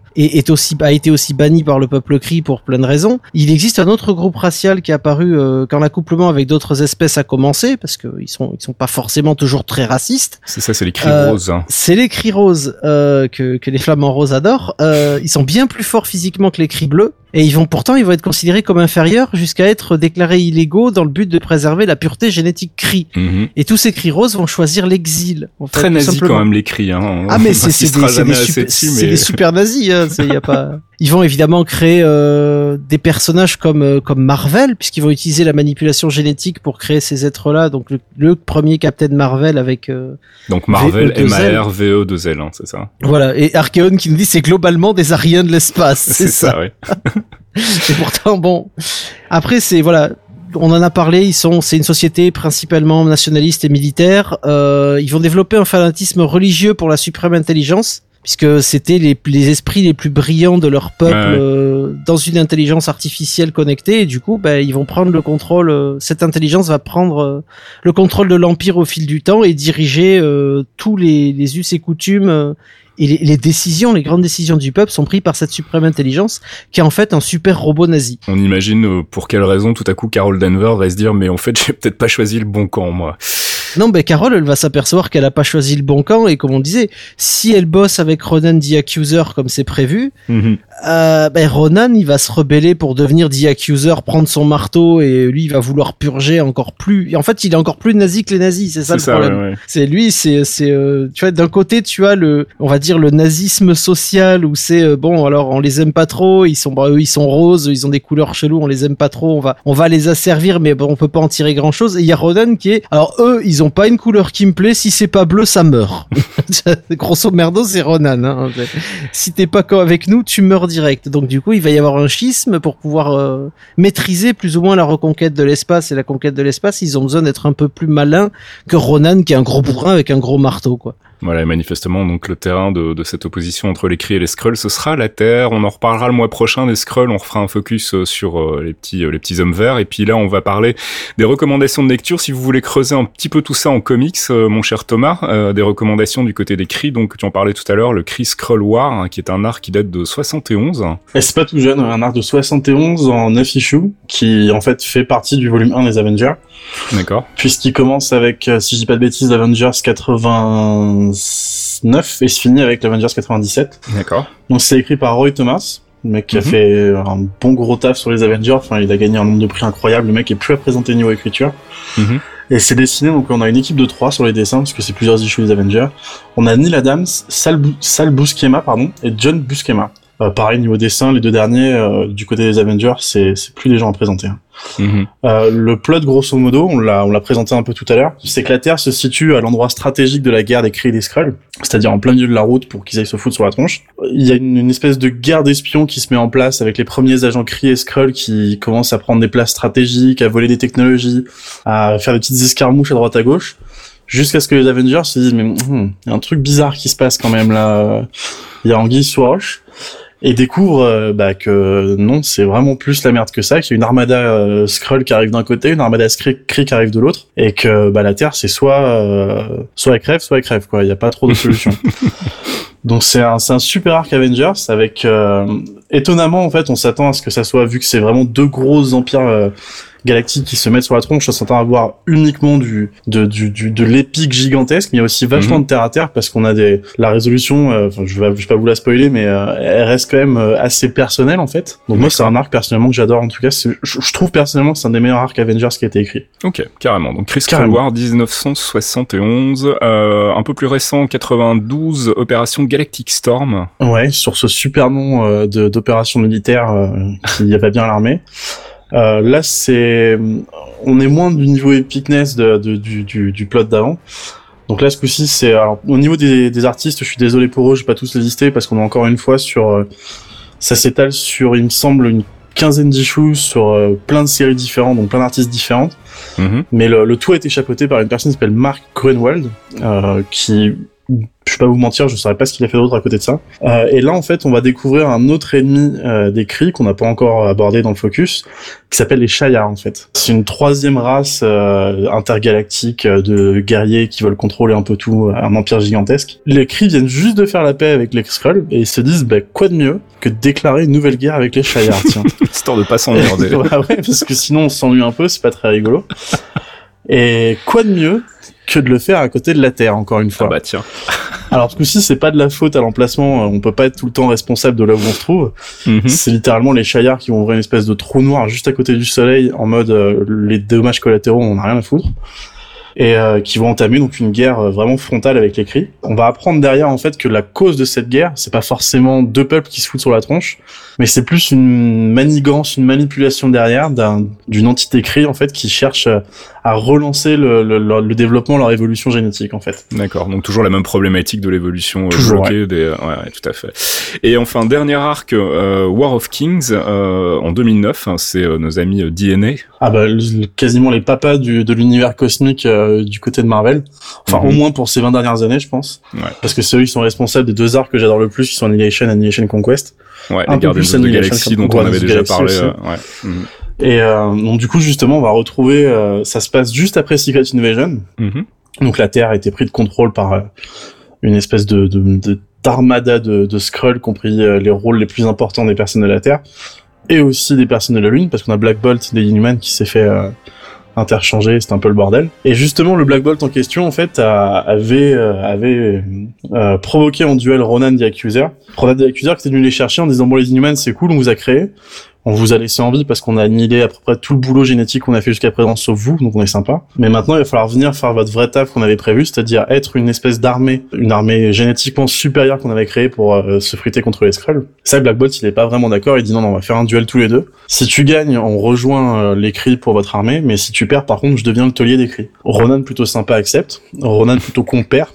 a été aussi banni par le peuple Kree pour plein de raisons. Il existe un autre groupe racial qui est apparu quand l'accouplement avec d'autres espèces a commencé, parce que ils sont pas forcément toujours très racistes. C'est ça, c'est les Kree roses. C'est les Kree roses que les flamants roses adorent. Ils sont bien plus forts physiquement que les Kree bleus. Et ils vont être considérés comme inférieurs jusqu'à être déclarés illégaux dans le but de préserver la pureté génétique Kree. Et tous ces Kree roses vont choisir l'exil. En fait, très nazi quand même les Kree. Hein. Ah mais c'est des super nazis. Hein. Y a pas. Ils vont évidemment créer des personnages comme Marvel, puisqu'ils vont utiliser la manipulation génétique pour créer ces êtres-là. Donc le premier Captain Marvel avec donc Marvel MARVE2L, hein, c'est ça. Voilà, et Archeon qui nous dit c'est globalement des Ariens de l'espace. C'est ça. Ouais. Et pourtant bon. Après on en a parlé, c'est une société principalement nationaliste et militaire. Ils vont développer un fanatisme religieux pour la suprême intelligence, puisque c'était les esprits les plus brillants de leur peuple dans une intelligence artificielle connectée, et du coup ils vont prendre le contrôle, cette intelligence va prendre le contrôle de l'empire au fil du temps et diriger tous les us et coutumes, et les décisions, les grandes décisions du peuple sont prises par cette suprême intelligence qui est en fait un super robot nazi. On imagine pour quelle raison tout à coup Carol Danvers va se dire mais en fait j'ai peut-être pas choisi le bon camp moi. Non, ben Carol, elle va s'apercevoir qu'elle a pas choisi le bon camp et comme on disait, si elle bosse avec Ronan the Accuser comme c'est prévu, ben Ronan il va se rebeller pour devenir the Accuser, prendre son marteau et lui il va vouloir purger encore plus. Et en fait, il est encore plus nazi que les nazis, c'est ça le problème. Ouais. C'est lui, c'est tu vois, d'un côté tu as on va dire le nazisme social où c'est bon, alors on les aime pas trop, ils sont roses, ils ont des couleurs cheloues, on les aime pas trop, on va les asservir, mais bon, on peut pas en tirer grand chose. Et il y a Ronan qui est, alors eux ils ont pas une couleur qui me plaît, si c'est pas bleu ça meurt. Grosso merdo c'est Ronan, hein. Si t'es pas avec nous tu meurs direct. Donc du coup il va y avoir un schisme pour pouvoir maîtriser plus ou moins la reconquête de l'espace et la conquête de l'espace. Ils ont besoin d'être un peu plus malins que Ronan qui est un gros bourrin avec un gros marteau, quoi. Voilà, et manifestement, donc le terrain de cette opposition entre les Kree et les Skrulls, ce sera la Terre. On en reparlera le mois prochain des Skrulls. On refera un focus sur les petits hommes verts. Et puis là, on va parler des recommandations de lecture. Si vous voulez creuser un petit peu tout ça en comics, mon cher Thomas, des recommandations du côté des Kree. Donc, tu en parlais tout à l'heure, le Kree Skrull War, hein, qui est un arc qui date de 71. Et c'est pas tout jeune, un arc de 71 en 9 issues, qui en fait fait partie du volume 1 des Avengers. D'accord. Puisqu'il commence avec, si je dis pas de bêtises, l'Avengers 89 et se finit avec l'Avengers 97. D'accord. Donc c'est écrit par Roy Thomas, le mec qui a fait un bon gros taf sur les Avengers. Enfin, il a gagné un nombre de prix incroyable. Le mec est plus à présenter niveau écriture. Et c'est dessiné, donc on a une équipe de 3 sur les dessins, parce que c'est plusieurs issues des Avengers. On a Neil Adams, Sal Buscema, et John Buscema. Pareil, niveau dessin, les deux derniers, du côté des Avengers, c'est plus des gens à présenter. Hein. Le plot, grosso modo, on l'a présenté un peu tout à l'heure, c'est que la Terre se situe à l'endroit stratégique de la guerre des Kree et des Skrulls, c'est-à-dire en plein milieu de la route pour qu'ils aillent se foutre sur la tronche. Il y a une espèce de guerre d'espions qui se met en place avec les premiers agents Kree et Skrulls qui commencent à prendre des places stratégiques, à voler des technologies, à faire des petites escarmouches à droite à gauche, jusqu'à ce que les Avengers se disent mais y a un truc bizarre qui se passe quand même là, il y a anguille sous roche. Et découvre que non, c'est vraiment plus la merde que ça, qu'il y a une armada Skrull qui arrive d'un côté, une armada Kree qui arrive de l'autre, et que la Terre c'est soit elle crève quoi, il y a pas trop de solutions. Donc c'est un super arc Avengers avec étonnamment en fait, on s'attend à ce que ça soit, vu que c'est vraiment deux gros empires galactiques qui se mettent sur la tronche, on s'attend à voir uniquement de l'épique gigantesque, mais il y a aussi vachement de terre à terre parce qu'on a la résolution, je vais pas vous la spoiler, mais elle reste quand même assez personnelle en fait. Donc moi c'est un arc personnellement que j'adore, en tout cas je trouve personnellement que c'est un des meilleurs arcs Avengers qui a été écrit. Ok, carrément. Donc Kree Skrull War 1971, un peu plus récent 92, Opération Galactic Storm. Ouais, sur ce super nom d'opération militaire qui va bien l'armée. Là, on est moins du niveau epicness du plot d'avant. Donc là, ce coup-ci, alors, au niveau des artistes, je suis désolé pour eux, je vais pas tous les lister parce qu'on est encore une fois ça s'étale sur, il me semble, une quinzaine d'issues sur plein de séries différentes, donc plein d'artistes différentes. Mais le tout a été chapeauté par une personne qui s'appelle Mark Gruenwald, qui, je vais pas vous mentir, je saurais pas ce qu'il a fait d'autre à côté de ça. Et là, en fait, on va découvrir un autre ennemi des Kree qu'on n'a pas encore abordé dans le focus, qui s'appelle les Shi'ar, en fait. C'est une troisième race intergalactique de guerriers qui veulent contrôler un peu tout, un empire gigantesque. Les Kree viennent juste de faire la paix avec les Skrulls, et ils se disent, quoi de mieux que de déclarer une nouvelle guerre avec les Shi'ar, tiens. Histoire de pas s'emmerder. Ouais, parce que sinon on s'ennuie un peu, c'est pas très rigolo. Et quoi de mieux que de le faire à côté de la Terre, encore une fois. Ah bah tiens. Alors ce coup-ci, c'est pas de la faute à l'emplacement, on peut pas être tout le temps responsable de là où on se trouve. C'est littéralement les Shi'ar qui vont ouvrir une espèce de trou noir juste à côté du soleil, en mode les dommages collatéraux, on n'a rien à foutre. Et qui vont entamer donc une guerre vraiment frontale avec les Kree. On va apprendre derrière en fait que la cause de cette guerre, c'est pas forcément deux peuples qui se foutent sur la tronche, mais c'est plus une manigance, une manipulation derrière d'une entité Kree en fait qui cherche à relancer le développement, leur évolution génétique en fait. D'accord, donc toujours la même problématique de l'évolution bloquée ouais, tout à fait. Et enfin dernier arc War of Kings en 2009, hein, c'est nos amis DNA. Ah bah quasiment les papas de l'univers cosmique du côté de Marvel. Enfin au moins pour ces 20 dernières années je pense. Ouais. Parce que c'est eux qui sont responsables des deux arcs que j'adore le plus, qui sont Annihilation Conquest. Ouais, les Guardians of the Galaxy dont on avait déjà parlé. Et donc du coup justement on va retrouver, ça se passe juste après Secret Invasion. Donc la Terre a été prise de contrôle par une espèce d'armada de Skrulls, compris les rôles les plus importants des personnes de la Terre, et aussi des personnes de la Lune, parce qu'on a Black Bolt des Inhumans qui s'est fait interchangés, c'était un peu le bordel. Et justement, le Black Bolt en question, en fait, avait provoqué en duel Ronan the Accuser. Ronan the Accuser qui était venu les chercher en disant bon, les Inhumans c'est cool, on vous a créé. On vous a laissé en vie parce qu'on a annihilé à peu près tout le boulot génétique qu'on a fait jusqu'à présent, sauf vous, donc on est sympa. Mais maintenant, il va falloir venir faire votre vrai taf qu'on avait prévu, c'est-à-dire être une espèce d'armée, une armée génétiquement supérieure qu'on avait créée pour se friter contre les Skrulls. Ça, Black Bolt, il est pas vraiment d'accord, il dit non, on va faire un duel tous les deux. Si tu gagnes, on rejoint les Kree pour votre armée, mais si tu perds, par contre, je deviens le taulier des Kree. Ronan, plutôt sympa, accepte. Ronan, plutôt compère.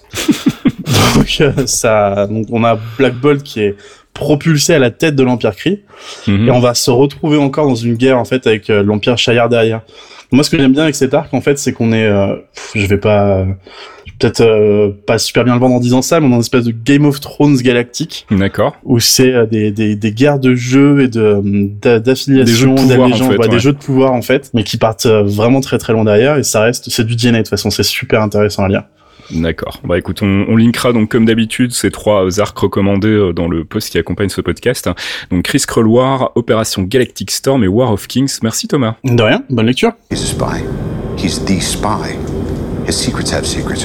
Donc on a Black Bolt qui est propulsé à la tête de l'Empire Kree, et on va se retrouver encore dans une guerre en fait avec l'Empire Shi'ar derrière. Moi, ce que j'aime bien avec cet arc, en fait, c'est qu'on est, je vais peut-être pas super bien le vendre en disant ça, mais on est dans une espèce de Game of Thrones galactique. D'accord. Où c'est des guerres de jeux et d'affiliation, d'allégeance, en fait, des jeux de pouvoir en fait, mais qui partent vraiment très très loin derrière, et ça reste, c'est du DNA de toute façon, c'est super intéressant à lire. D'accord. Bah écoute, on linkera donc comme d'habitude ces 3 arcs recommandés dans le post qui accompagne ce podcast. Donc Kree Skrull War, Opération Galactic Storm et War of Kings. Merci Thomas. De rien, bonne lecture. He's a spy. He's the spy. His secrets have secrets.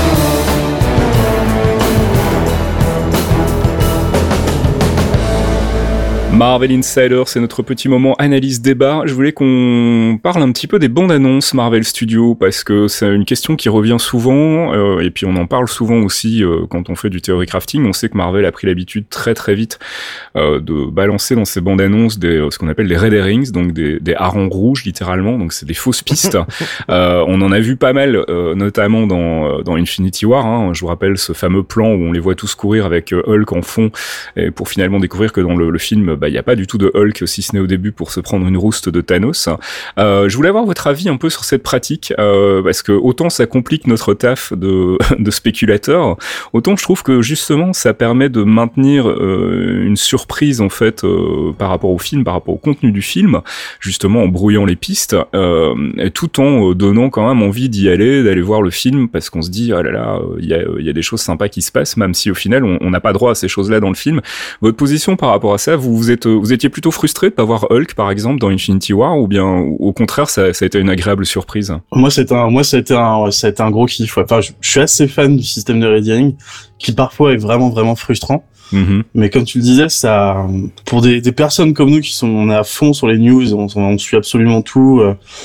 Marvel Insider, c'est notre petit moment analyse-débat. Je voulais qu'on parle un petit peu des bandes annonces Marvel Studios, parce que c'est une question qui revient souvent, et puis on en parle souvent aussi quand on fait du theory crafting. On sait que Marvel a pris l'habitude très très vite de balancer dans ses bandes annonces ce qu'on appelle les red herrings, donc des harengs rouges littéralement, donc c'est des fausses pistes. On en a vu pas mal, notamment dans Infinity War, hein. Je vous rappelle ce fameux plan où on les voit tous courir avec Hulk en fond, et pour finalement découvrir que dans le film, il n'y a pas du tout de Hulk, si ce n'est au début pour se prendre une rouste de Thanos. Je voulais avoir votre avis un peu sur cette pratique, parce que autant ça complique notre taf de spéculateur, autant je trouve que justement ça permet de maintenir une surprise en fait par rapport au film, par rapport au contenu du film, justement en brouillant les pistes, et tout en donnant quand même envie d'y aller, d'aller voir le film, parce qu'on se dit oh là là, il y a des choses sympas qui se passent, même si au final on n'a pas droit à ces choses-là dans le film. Votre position par rapport à ça, vous étiez plutôt frustré de pas voir Hulk par exemple dans Infinity War, ou bien au contraire ça a été une agréable surprise? Moi ça a été un gros kiff. Enfin, je suis assez fan du système de red herring qui parfois est vraiment vraiment frustrant. Mais comme tu le disais, ça, pour des personnes comme nous on est à fond sur les news, on suit absolument tout,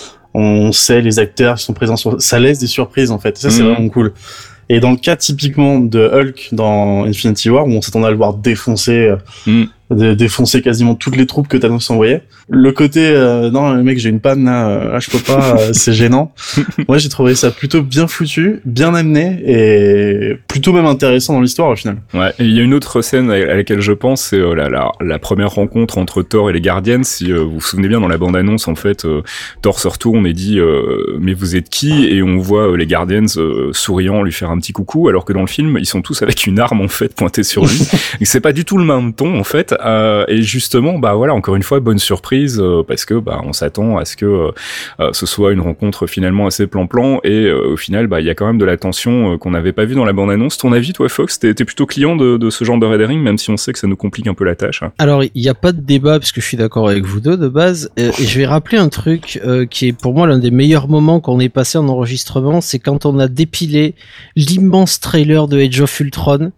on sait les acteurs qui sont présents ça laisse des surprises en fait. Ça c'est vraiment cool. Et dans le cas typiquement de Hulk dans Infinity War, où on s'attendait à le voir défoncer quasiment toutes les troupes que Thanos envoyait. Le côté non le mec j'ai une panne là je peux pas, c'est gênant. Moi j'ai trouvé ça plutôt bien foutu, bien amené et plutôt même intéressant dans l'histoire au final. Ouais, et il y a une autre scène à laquelle je pense, c'est la première rencontre entre Thor et les Guardians. Si vous vous souvenez bien, dans la bande annonce en fait, Thor se retourne et dit mais vous êtes qui? Et on voit les Guardians souriant lui faire un petit coucou, alors que dans le film ils sont tous avec une arme en fait pointée sur lui. Et c'est pas du tout le même ton en fait. Et justement, bah voilà, encore une fois, bonne surprise, parce que bah on s'attend à ce que ce soit une rencontre finalement assez plan-plan, et au final, bah il y a quand même de la tension qu'on n'avait pas vu dans la bande-annonce. Ton avis, toi, Fox, t'es plutôt client de ce genre de red herring, même si on sait que ça nous complique un peu la tâche. Alors, il n'y a pas de débat, parce que je suis d'accord avec vous deux de base, et je vais rappeler un truc qui est pour moi l'un des meilleurs moments qu'on ait passé en enregistrement, c'est quand on a dépilé l'immense trailer de Age of Ultron.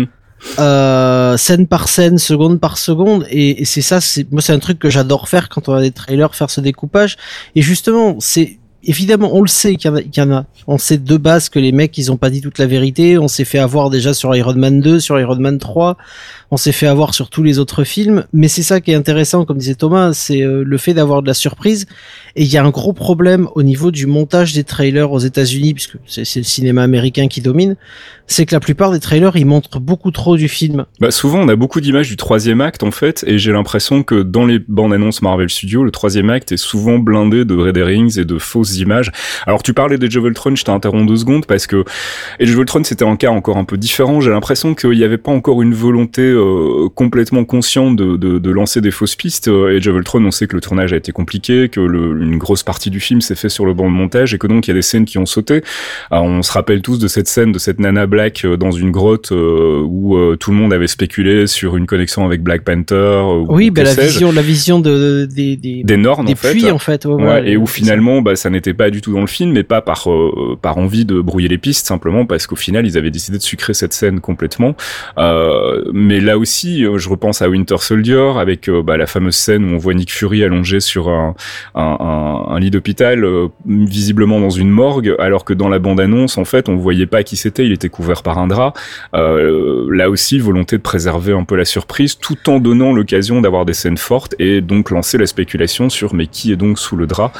Scène par scène, seconde par seconde, et c'est ça, moi c'est un truc que j'adore faire quand on a des trailers, faire ce découpage. Et justement, c'est évidemment, on le sait qu'il y en a. On sait de base que les mecs, ils ont pas dit toute la vérité. On s'est fait avoir déjà sur Iron Man 2, sur Iron Man 3. On s'est fait avoir sur tous les autres films. Mais c'est ça qui est intéressant, comme disait Thomas, c'est le fait d'avoir de la surprise. Et il y a un gros problème au niveau du montage des trailers aux États-Unis, puisque c'est le cinéma américain qui domine. C'est que la plupart des trailers, ils montrent beaucoup trop du film. Bah, souvent, on a beaucoup d'images du troisième acte, en fait, et j'ai l'impression que dans les bandes annonces Marvel Studios, le troisième acte est souvent blindé de red herrings et de fausses images. Alors, tu parlais d'Age of Ultron, je t'interromps 2 secondes, parce que Age of Ultron, c'était un cas encore un peu différent. J'ai l'impression qu'il n'y avait pas encore une volonté complètement consciente de lancer des fausses pistes. Age of Ultron, on sait que le tournage a été compliqué, que une grosse partie du film s'est fait sur le banc de montage, et que donc il y a des scènes qui ont sauté. Alors, on se rappelle tous de cette scène, de cette nana blague Black dans une grotte où tout le monde avait spéculé sur une connexion avec Black Panther. Oui, la vision des Nornes, des puits en fait. Ouais, et où finalement, ça n'était pas du tout dans le film, mais pas par envie de brouiller les pistes, simplement parce qu'au final, ils avaient décidé de sucrer cette scène complètement. Mais là aussi, je repense à Winter Soldier avec la fameuse scène où on voit Nick Fury allongé sur un lit d'hôpital, visiblement dans une morgue, alors que dans la bande-annonce, en fait, on voyait pas qui c'était, il était couvert par un drap. Là aussi, volonté de préserver un peu la surprise, tout en donnant l'occasion d'avoir des scènes fortes et donc lancer la spéculation sur mais qui est donc sous le drap.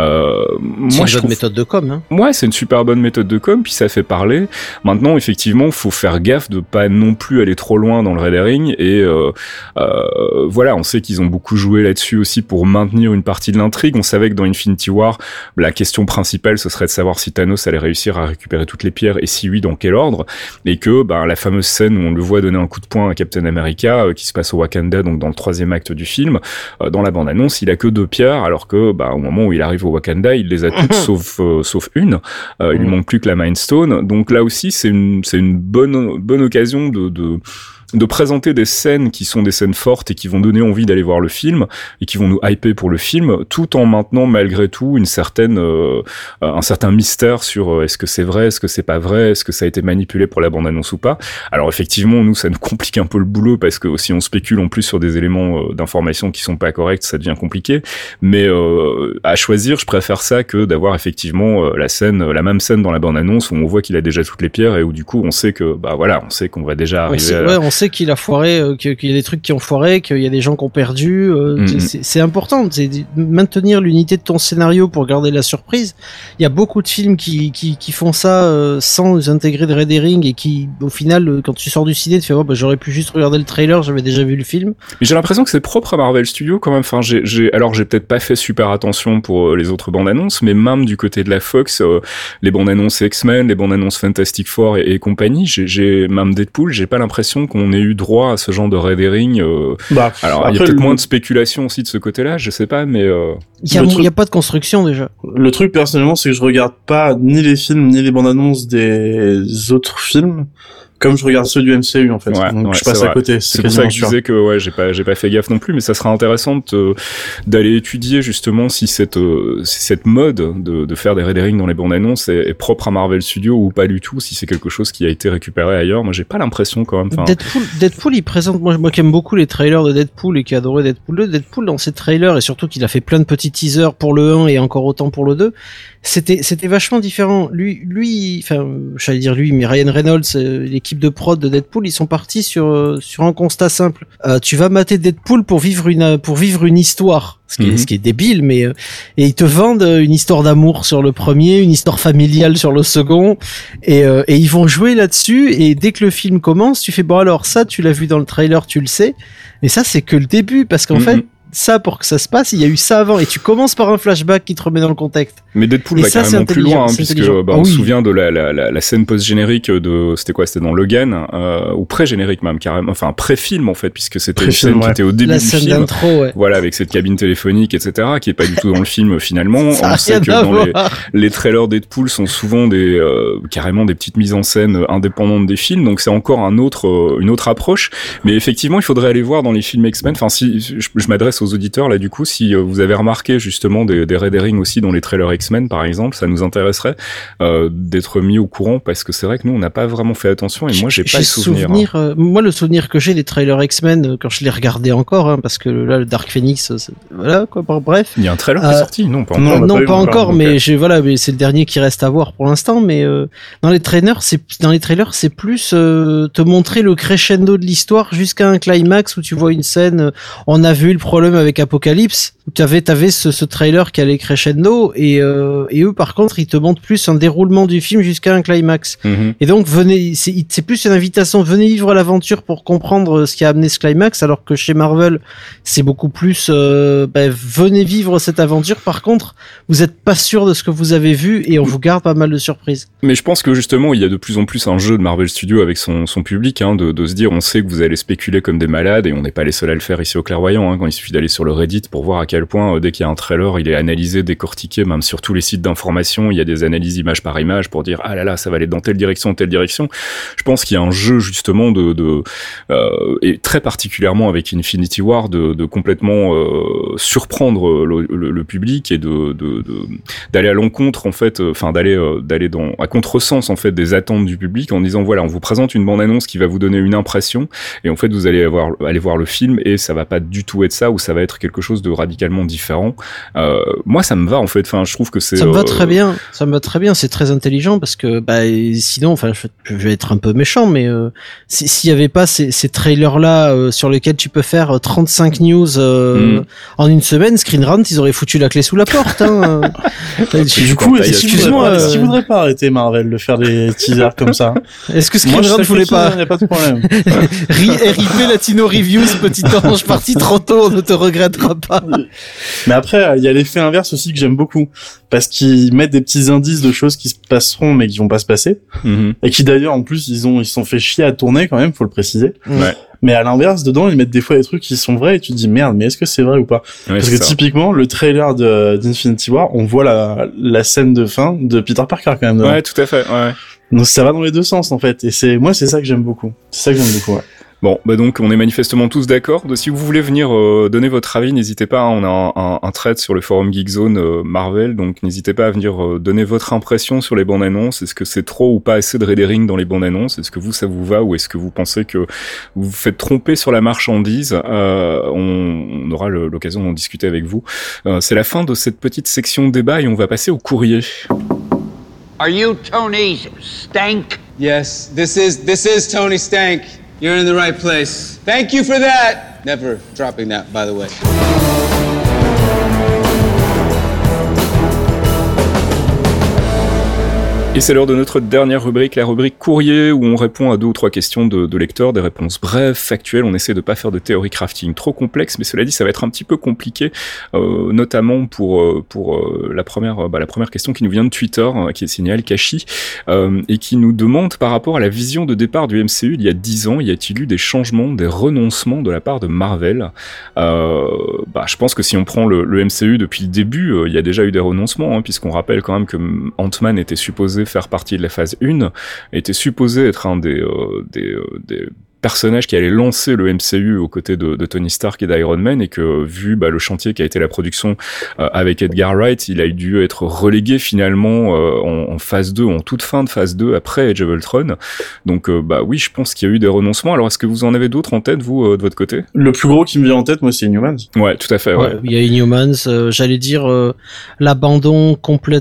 Moi, je trouve méthode de com. Hein. Ouais, c'est une super bonne méthode de com, puis ça fait parler. Maintenant, effectivement, faut faire gaffe de pas non plus aller trop loin dans le Red Herring et voilà, on sait qu'ils ont beaucoup joué là-dessus aussi pour maintenir une partie de l'intrigue. On savait que dans Infinity War, la question principale, ce serait de savoir si Thanos allait réussir à récupérer toutes les pierres et si oui, dans quel ordre. Et que la fameuse scène où on le voit donner un coup de poing à Captain America, qui se passe au Wakanda, donc dans le 3e acte du film, dans la bande-annonce, il a que 2 pierres, alors que au moment où il arrive au Wakanda, il les a toutes sauf une. Il lui manque plus que la Mind Stone. Donc là aussi, c'est une bonne occasion de présenter des scènes qui sont des scènes fortes et qui vont donner envie d'aller voir le film et qui vont nous hyper pour le film, tout en maintenant malgré tout un certain mystère sur est-ce que c'est vrai, est-ce que c'est pas vrai, est-ce que ça a été manipulé pour la bande-annonce ou pas. Alors effectivement, nous, ça nous complique un peu le boulot parce que si on spécule en plus sur des éléments d'information qui sont pas corrects, ça devient compliqué. Mais à choisir, je préfère ça que d'avoir effectivement la même scène dans la bande-annonce où on voit qu'il a déjà toutes les pierres et où du coup on sait que on sait qu'on va déjà arriver on sait qu'il a foiré, qu'il y a des trucs qui ont foiré, qu'il y a des gens qui ont perdu. C'est important, c'est de maintenir l'unité de ton scénario pour garder la surprise. Il y a beaucoup de films qui font ça sans intégrer de Red Herring et qui, au final, quand tu sors du ciné, tu fais j'aurais pu juste regarder le trailer, j'avais déjà vu le film. Mais j'ai l'impression que c'est propre à Marvel Studios quand même. Enfin, j'ai peut-être pas fait super attention pour les autres bandes annonces, mais même du côté de la Fox, les bandes annonces X-Men, les bandes annonces Fantastic Four et compagnie, j'ai même Deadpool, j'ai pas l'impression qu'on ait eu droit à ce genre de Red Herring. Alors, il y a peut-être moins de spéculation aussi de ce côté-là, je sais pas, mais il y a pas de construction déjà. Le truc personnellement, c'est que je regarde pas ni les films ni les bandes annonces des autres films. Comme je regarde ceux du MCU en fait, donc je passe à côté. C'est pour ça que je disais que j'ai pas fait gaffe non plus, mais ça sera intéressant d'aller étudier justement si cette mode de faire des Red Herring dans les bandes annonces est propre à Marvel Studios ou pas du tout, si c'est quelque chose qui a été récupéré ailleurs. Moi j'ai pas l'impression quand même. Deadpool il présente, moi qui aime beaucoup les trailers de Deadpool et qui adorait Deadpool 2, Deadpool dans ses trailers et surtout qu'il a fait plein de petits teasers pour le 1 et encore autant pour le 2, c'était vachement différent. Lui, enfin j'allais dire lui, mais Ryan Reynolds, l'équipe de prod de Deadpool, ils sont partis sur un constat simple. Tu vas mater Deadpool pour vivre une histoire, ce qui est débile, mais et ils te vendent une histoire d'amour sur le premier, une histoire familiale sur le second, et ils vont jouer là-dessus. Et dès que le film commence, tu fais alors ça, tu l'as vu dans le trailer, tu le sais, mais ça c'est que le début parce qu'en fait ça, pour que ça se passe, il y a eu ça avant, et tu commences par un flashback qui te remet dans le contexte. Mais Deadpool va carrément plus loin, puisque on se souvient de la scène post-générique c'était dans Logan, ou pré-générique même carrément, enfin pré-film en fait, puisque c'était une scène qui était au début du film. La scène d'intro, voilà, avec cette cabine téléphonique, etc., qui est pas du tout dans le film finalement. On sait que dans les trailers Deadpool sont souvent carrément des petites mises en scène indépendantes des films, donc c'est encore une autre approche. Mais effectivement, il faudrait aller voir dans les films X-Men. Enfin, si je m'adresse aux auditeurs là, du coup, si vous avez remarqué justement des Red Herring aussi dans les trailers X-Men par exemple, ça nous intéresserait d'être mis au courant, parce que c'est vrai que nous on n'a pas vraiment fait attention, et moi j'ai pas le souvenir. Moi le souvenir que j'ai des trailers X-Men quand je les regardais encore, parce que là le Dark Phoenix, voilà quoi, bref. Il y a un trailer qui est sorti, non pas encore. Non, pas encore, mais mais c'est le dernier qui reste à voir pour l'instant. Mais dans les trailers, c'est plus te montrer le crescendo de l'histoire jusqu'à un climax où tu vois une scène. On a vu le problème avec Apocalypse, où t'avais ce trailer qui allait crescendo, et eux par contre ils te montrent plus un déroulement du film jusqu'à un climax. Et donc c'est plus une invitation, venez vivre l'aventure pour comprendre ce qui a amené ce climax, alors que chez Marvel c'est beaucoup plus venez vivre cette aventure, par contre vous êtes pas sûr de ce que vous avez vu et on vous garde pas mal de surprises. Mais je pense que justement il y a de plus en plus un jeu de Marvel Studios avec son public, de se dire on sait que vous allez spéculer comme des malades, et on n'est pas les seuls à le faire ici au Clairvoyant, quand il suffit d'aller d'aller sur le Reddit pour voir à quel point dès qu'il y a un trailer, il est analysé, décortiqué, même sur tous les sites d'information, il y a des analyses image par image pour dire ah là là, ça va aller dans telle direction, telle direction. Je pense qu'il y a un jeu justement et très particulièrement avec Infinity War de complètement surprendre le public et d'aller à l'encontre en fait, d'aller à contresens en fait des attentes du public en disant voilà, on vous présente une bande-annonce qui va vous donner une impression et en fait vous allez aller voir le film et ça va pas du tout être ça ou ça va être quelque chose de radicalement différent. Moi ça me va en fait, je trouve que c'est ça me va très bien, c'est très intelligent parce que sinon je vais être un peu méchant mais s'il y avait pas ces trailers là sur lesquels tu peux faire 35 news en une semaine, Screen Rant ils auraient foutu la clé sous la porte hein. Du coup, excuse-moi, est-ce qu'ils voudraient pas arrêter Marvel de faire des teasers comme ça? Est-ce que Screen Rant voulait pas? Il n'y a pas de problème. RIP Latino Reviews, petit ange parti trop tôt, on ne te regrettera pas. Mais après, il y a l'effet inverse aussi que j'aime beaucoup. Parce qu'ils mettent des petits indices de choses qui se passeront mais qui vont pas se passer. Et qui d'ailleurs, en plus, ils se sont fait chier à tourner quand même, faut le préciser. Ouais. Mais à l'inverse, dedans, ils mettent des fois des trucs qui sont vrais et tu te dis merde, mais est-ce que c'est vrai ou pas? Ouais, parce que typiquement, le trailer d'Infinity War, on voit la scène de fin de Peter Parker quand même. Ouais, tout à fait, ouais. Donc ça va dans les deux sens en fait. Et moi, c'est ça que j'aime beaucoup. Ouais. Bon, donc on est manifestement tous d'accord. Si vous voulez venir donner votre avis, n'hésitez pas. On a un thread sur le forum Geekzone Marvel, donc n'hésitez pas à venir donner votre impression sur les bandes annonces. Est-ce que c'est trop ou pas assez de rendering dans les bandes annonces? Est-ce que ça vous va ou est-ce que vous pensez que vous vous faites tromper sur la marchandise? On aura l'occasion d'en discuter avec vous. C'est la fin de cette petite section débat et on va passer au courrier. Are you Tony Stank? Yes, this is Tony Stank. You're in the right place. Thank you for that. Never dropping that, by the way. Et c'est l'heure de notre dernière rubrique, la rubrique courrier, où on répond à 2 ou 3 questions de lecteurs, des réponses brèves, factuelles. On essaie de pas faire de théorie crafting trop complexe, mais cela dit, ça va être un petit peu compliqué, notamment pour la première question qui nous vient de Twitter, qui est signée Al-Kashi, et qui nous demande par rapport à la vision de départ du MCU il y a 10 ans, y a-t-il eu des changements, des renoncements de la part de Marvel? Je pense que si on prend le MCU depuis le début, il y a déjà eu des renoncements, puisqu'on rappelle quand même que Ant-Man était supposé faire partie de la phase 1, était supposé être un des personnage qui allait lancer le MCU aux côtés de Tony Stark et d'Iron Man, et que vu le chantier qui a été la production avec Edgar Wright, il a dû être relégué finalement en phase 2, en toute fin de phase 2 après Age of Ultron. Donc oui, je pense qu'il y a eu des renoncements. Alors est-ce que vous en avez d'autres en tête, vous, de votre côté? Le plus gros qui me vient en tête, moi, c'est Inhumans. Ouais, tout à fait. Ouais. Il y a Inhumans, j'allais dire l'abandon complet,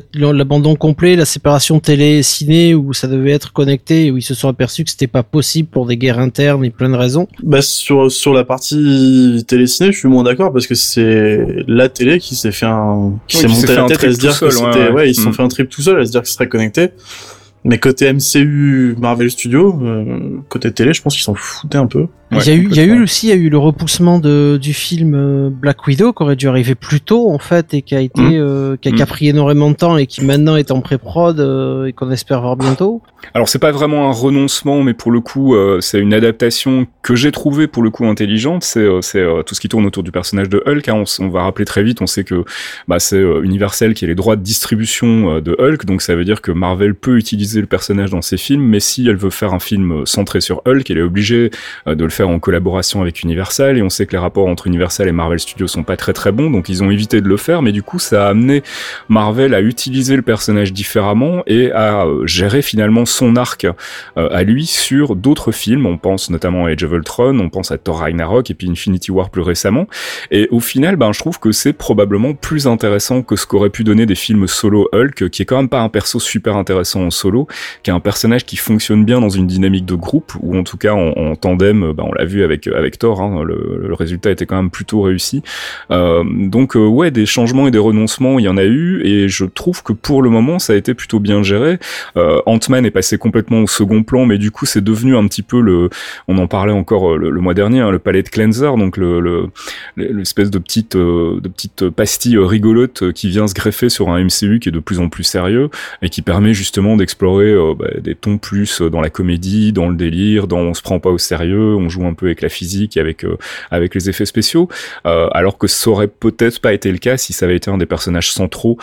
la séparation télé et ciné où ça devait être connecté et où ils se sont aperçus que c'était pas possible pour des guerres internes et plein de raisons. Sur la partie télé-ciné, je suis moins d'accord parce que c'est la télé qui s'est fait s'est monté la tête à se dire que c'était, ils se sont fait un trip tout seul à se dire que ce serait connecté. Mais côté MCU, Marvel Studios, côté télé, je pense qu'ils s'en foutaient un peu. Il y a eu le repoussement du film Black Widow qui aurait dû arriver plus tôt en fait et qui a été qui a pris énormément de temps et qui maintenant est en pré-prod et qu'on espère voir bientôt. Alors c'est pas vraiment un renoncement, mais pour le coup c'est une adaptation que j'ai trouvée pour le coup intelligente. C'est tout ce qui tourne autour du personnage de Hulk. On va rappeler très vite. On sait que c'est Universal qui a les droits de distribution de Hulk, donc ça veut dire que Marvel peut utiliser le personnage dans ses films, mais si elle veut faire un film centré sur Hulk, elle est obligée de le faire en collaboration avec Universal, et on sait que les rapports entre Universal et Marvel Studios sont pas très très bons, donc ils ont évité de le faire, mais du coup ça a amené Marvel à utiliser le personnage différemment et à gérer finalement son arc à lui sur d'autres films. On pense notamment à Age of Ultron, on pense à Thor Ragnarok et puis Infinity War plus récemment, et au final je trouve que c'est probablement plus intéressant que ce qu'aurait pu donner des films solo Hulk, qui est quand même pas un perso super intéressant en solo, qui est un personnage qui fonctionne bien dans une dynamique de groupe, ou en tout cas en tandem, on l'a vu avec Thor, le résultat était quand même plutôt réussi. Donc des changements et des renoncements, il y en a eu, et je trouve que pour le moment ça a été plutôt bien géré. Ant-Man est passé complètement au second plan, mais du coup c'est devenu un petit peu on en parlait encore le mois dernier, le palette cleanser, donc l'espèce de petite pastille rigolote qui vient se greffer sur un MCU qui est de plus en plus sérieux et qui permet justement d'explorer des tons plus dans la comédie, dans le délire, dans on se prend pas au sérieux, on joue joue un peu avec la physique, avec les effets spéciaux, alors que ça aurait peut-être pas été le cas si ça avait été un des personnages centraux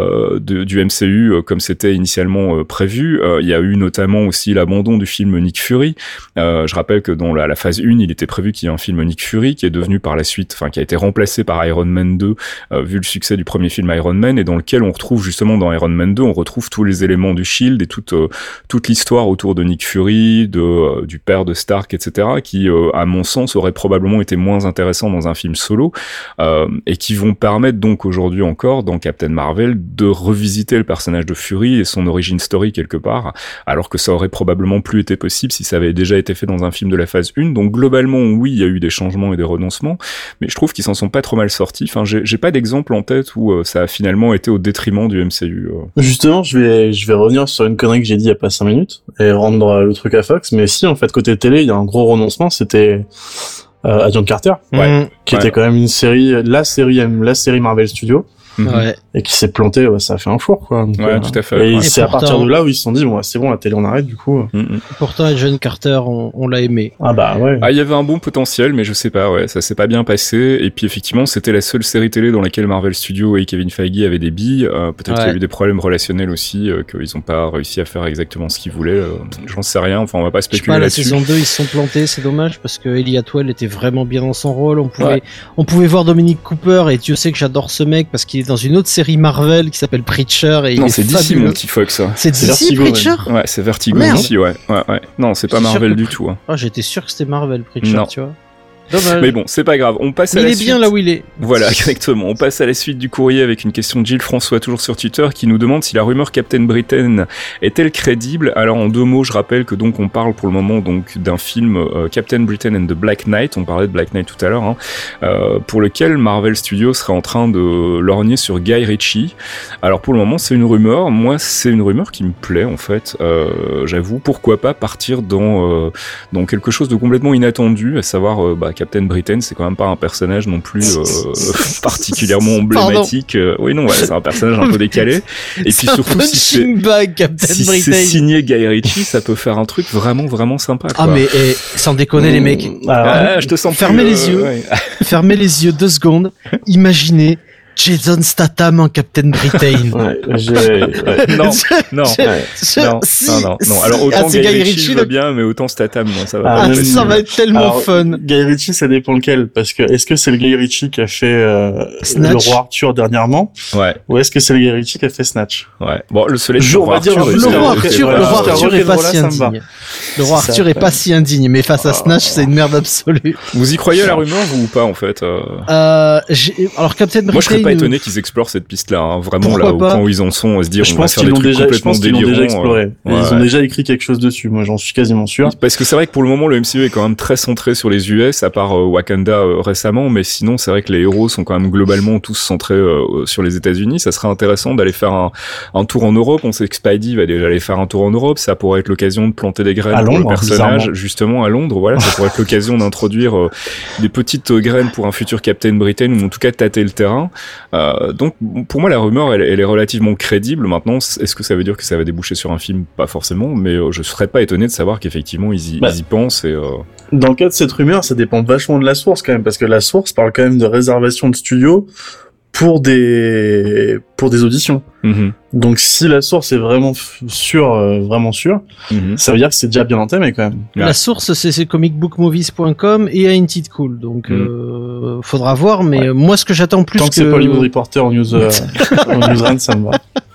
du MCU comme c'était initialement prévu. Il y a eu notamment aussi l'abandon du film Nick Fury. Je rappelle que dans la phase 1, il était prévu qu'il y ait un film Nick Fury qui est devenu par la suite, enfin qui a été remplacé par Iron Man 2 vu le succès du premier film Iron Man, et dans lequel on retrouve justement dans Iron Man 2, on retrouve tous les éléments du Shield et toute l'histoire autour de Nick Fury, du père de Stark, etc., qui à mon sens aurait probablement été moins intéressant dans un film solo, et qui vont permettre donc aujourd'hui encore dans Captain Marvel de revisiter le personnage de Fury et son origin story quelque part, alors que ça aurait probablement plus été possible si ça avait déjà été fait dans un film de la phase 1. Donc globalement oui, il y a eu des changements et des renoncements, mais je trouve qu'ils s'en sont pas trop mal sortis. Enfin, j'ai pas d'exemple en tête où ça a finalement été au détriment du MCU. Justement, je vais revenir sur une connerie que j'ai dit il y a pas 5 minutes et rendre le truc à Fox, mais si en fait côté télé, il y a un gros renoncement, c'était Agent Carter, qui était quand même une série, la série Marvel Studios. Ouais. Et qui s'est planté, ça a fait un four, quoi. Donc, tout à fait. Et c'est à partir de là où ils se sont dit, bon, c'est bon, la télé, on arrête, du coup. Pourtant, Agent Carter, on l'a aimé. Ah bah ouais. Ah, il y avait un bon potentiel, mais je sais pas, ça s'est pas bien passé. Et puis effectivement, c'était la seule série télé dans laquelle Marvel Studios et Kevin Feige avaient des billes. Peut-être qu'il y a eu des problèmes relationnels aussi, qu'ils ont pas réussi à faire exactement ce qu'ils voulaient. J'en sais rien. Enfin, on va pas spéculer là-dessus. La saison 2, ils se sont plantés, c'est dommage, parce que Ellie Atwell était vraiment bien dans son rôle. On pouvait voir Dominic Cooper, et Dieu sait que j'adore ce mec parce qu'il est dans une autre série Marvel qui s'appelle Preacher, et non, c'est DC, mon petit Fox. C'est DC, Vertigo, Preacher? Ouais, c'est Vertigo Merde. aussi, ouais. Non, c'est pas Marvel du tout. Ah, j'étais sûr que c'était Marvel, Preacher, non. tu vois. Dommage. Mais bon, c'est pas grave. On passe à la suite. Il est bien là où il est. Voilà, exactement. On passe à la suite du courrier avec une question de Gilles François, toujours sur Twitter, qui nous demande si la rumeur Captain Britain est-elle crédible. Alors, en 2 mots, je rappelle que donc on parle pour le moment donc d'un film Captain Britain and the Black Knight. On parlait de Black Knight tout à l'heure, pour lequel Marvel Studios serait en train de lorgner sur Guy Ritchie. Alors, pour le moment, c'est une rumeur. Moi, c'est une rumeur qui me plaît, en fait. J'avoue, pourquoi pas partir dans quelque chose de complètement inattendu, à savoir Captain Britain, c'est quand même pas un personnage non plus particulièrement emblématique. Oui, non, c'est un personnage un peu décalé. Et puis surtout, si c'est signé Guy Ritchie, ça peut faire un truc vraiment, vraiment sympa, quoi. Ah, mais sans déconner, les mecs. Je te sens fermez les yeux. Fermez les yeux 2 secondes. Imaginez Jason Statham en Captain Britain. Non. Alors autant Guy Ritchie va bien, mais autant Statham, non, ça va pas. Ça va être tellement fun. Guy Ritchie, ça dépend lequel, parce que est-ce que c'est le Guy Ritchie qui a fait le Roi Arthur dernièrement, ou est-ce que c'est le Guy Ritchie qui a fait Snatch? Ouais. Bon, le soleil. Le Roi Arthur est pas si indigne. Le Roi Arthur est pas si indigne, mais face à Snatch, c'est une merde absolue. Vous y croyez à la rumeur, vous, ou pas, en fait? Alors Captain Britain. Moi, je serais pas étonné qu'ils explorent cette piste-là, vraiment. Pourquoi là, au point où ils en sont, à se dire, je pense qu'ils l'ont déjà exploré. Ils ont déjà écrit quelque chose dessus. Moi, j'en suis quasiment sûr. Parce que c'est vrai que pour le moment, le MCU est quand même très centré sur les US, à part Wakanda récemment, mais sinon, c'est vrai que les héros sont quand même globalement tous centrés sur les États-Unis. Ça serait intéressant d'aller faire un tour en Europe. On sait que Spidey va déjà aller faire un tour en Europe. Ça pourrait être l'occasion de planter des graines pour le personnage, justement à Londres. Voilà, ça pourrait être l'occasion d'introduire des petites graines pour un futur Captain Britain, ou en tout cas tâter le terrain. Donc pour moi la rumeur elle est relativement crédible. Maintenant, est-ce que ça veut dire que ça va déboucher sur un film? Pas forcément, mais je serais pas étonné de savoir qu'effectivement ils y pensent. Et dans le cas de cette rumeur, ça dépend vachement de la source quand même, parce que la source parle quand même de réservation de studio pour des auditions. Donc si la source est vraiment sûre, ça veut dire que c'est déjà bien entamé quand même. La source c'est comicbookmovies.com et Ain't It Cool. Donc faudra voir, mais moi ce que j'attends plus tant que c'est pas Hollywood Reporter en news Run, ça me va.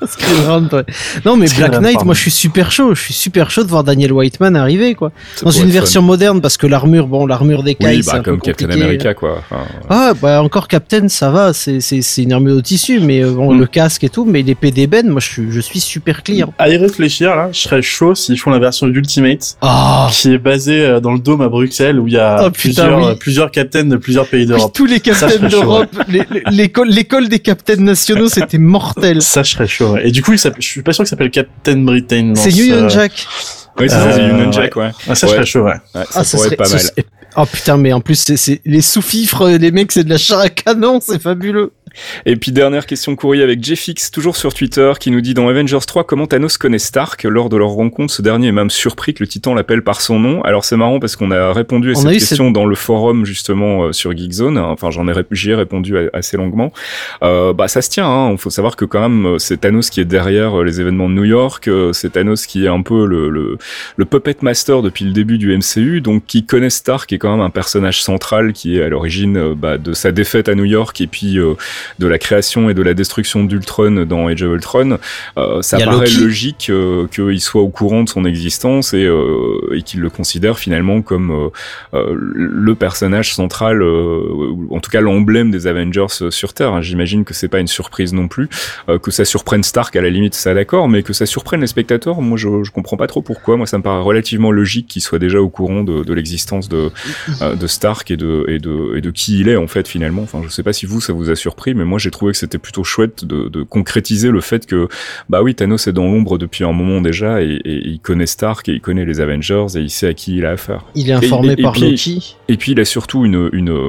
Non mais Black Knight, moi je suis super chaud de voir Daniel Whiteman arriver, quoi. Dans une version moderne, parce que l'armure d'écaille, c'est un comme peu Captain America, quoi. Encore Captain, ça va, c'est une armure de tissu, mais le casque et tout, mais l'épée d'ébène, moi je suis super client. À y réfléchir là, je serais chaud s'ils font la version d'Ultimate, qui est basée dans le Dôme à Bruxelles, où il y a plusieurs captains de plusieurs pays d'Europe. Tous les captains d'Europe, l'école des captains nationaux, c'était mortel. Ça, je serais chaud. Et du coup, je suis pas sûr qu'il s'appelle Captain Britain. C'est Union Jack. Oui, c'est Union Jack, ouais. Ça serait chaud, ouais. Ça pourrait être pas mal. Oh putain, mais en plus, c'est les sous-fifres, les mecs, c'est de la chair à canon, c'est fabuleux. Et puis dernière question courrier avec Jeffix, toujours sur Twitter, qui nous dit dans Avengers 3 comment Thanos connaît Stark. Lors de leur rencontre, ce dernier est même surpris que le Titan l'appelle par son nom. Alors c'est marrant parce qu'on a répondu à cette question dans le forum justement sur Geekzone. Enfin j'y ai répondu assez longuement. Ça se tient. Hein. Faut savoir que quand même c'est Thanos qui est derrière les événements de New York. C'est Thanos qui est un peu le puppet master depuis le début du MCU, donc qui connaît Stark, qui est quand même un personnage central qui est à l'origine de sa défaite à New York et puis de la création et de la destruction d'Ultron dans Age of Ultron. Ça paraît logique qu'il soit au courant de son existence et qu'il le considère finalement comme le personnage central, ou en tout cas l'emblème des Avengers sur Terre. J'imagine que c'est pas une surprise non plus, que ça surprenne Stark à la limite, ça d'accord, mais que ça surprenne les spectateurs, moi je comprends pas trop pourquoi. Moi ça me paraît relativement logique qu'il soit déjà au courant de l'existence de Stark et de qui il est en fait finalement. Enfin je sais pas si ça vous a surpris, mais moi j'ai trouvé que c'était plutôt chouette de concrétiser le fait que oui, Thanos est dans l'ombre depuis un moment déjà et il connaît Stark et il connaît les Avengers et il sait à qui il a affaire. Il est informé par Loki. Et puis il a surtout il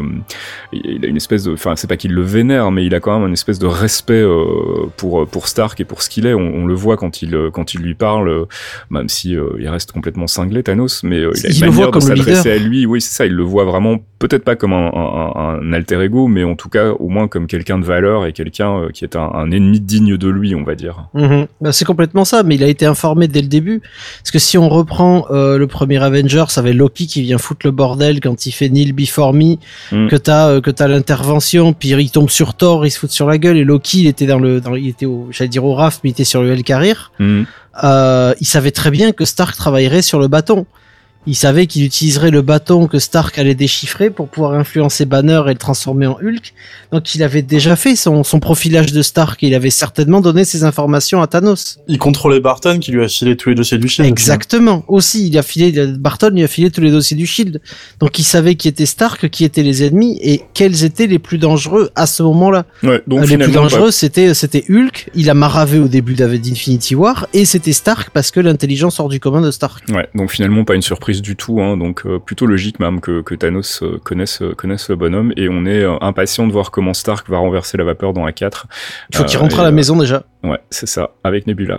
a une espèce de, enfin c'est pas qu'il le vénère, mais il a quand même une espèce de respect pour Stark et pour ce qu'il est. On le voit quand il lui parle, même si il reste complètement cinglé Thanos, mais il a une manière de s'adresser à lui. Oui c'est ça, il le voit vraiment peut-être pas comme un alter ego, mais en tout cas au moins comme quelqu'un de valeur et quelqu'un qui est un ennemi digne de lui, on va dire. C'est complètement ça, mais il a été informé dès le début. Parce que si on reprend le premier Avengers, ça avait Loki qui vient foutre le bordel quand il fait Kneel Before Me, que t'as l'intervention, puis il tombe sur Thor, il se fout sur la gueule, et Loki il était il était au RAF, mais il était sur le Hellcarrier. Il savait très bien que Stark travaillerait sur le bâton. Il savait qu'il utiliserait le bâton que Stark allait déchiffrer pour pouvoir influencer Banner et le transformer en Hulk. Donc il avait déjà fait son profilage de Stark et il avait certainement donné ces informations à Thanos. Il contrôlait Barton qui lui a filé tous les dossiers du Shield. Exactement. Aussi, Barton lui a filé tous les dossiers du Shield. Donc il savait qui était Stark, qui étaient les ennemis et quels étaient les plus dangereux à ce moment-là. Ouais, donc les plus dangereux, c'était Hulk. Il a maravé au début d'Infinity War et c'était Stark parce que l'intelligence hors du commun de Stark. Ouais, donc finalement pas une surprise du tout, hein, donc plutôt logique même que Thanos connaisse le bonhomme et on est impatient de voir comment Stark va renverser la vapeur dans A4. Il faut qu'il rentre à la maison déjà. Ouais, c'est ça, avec Nebula.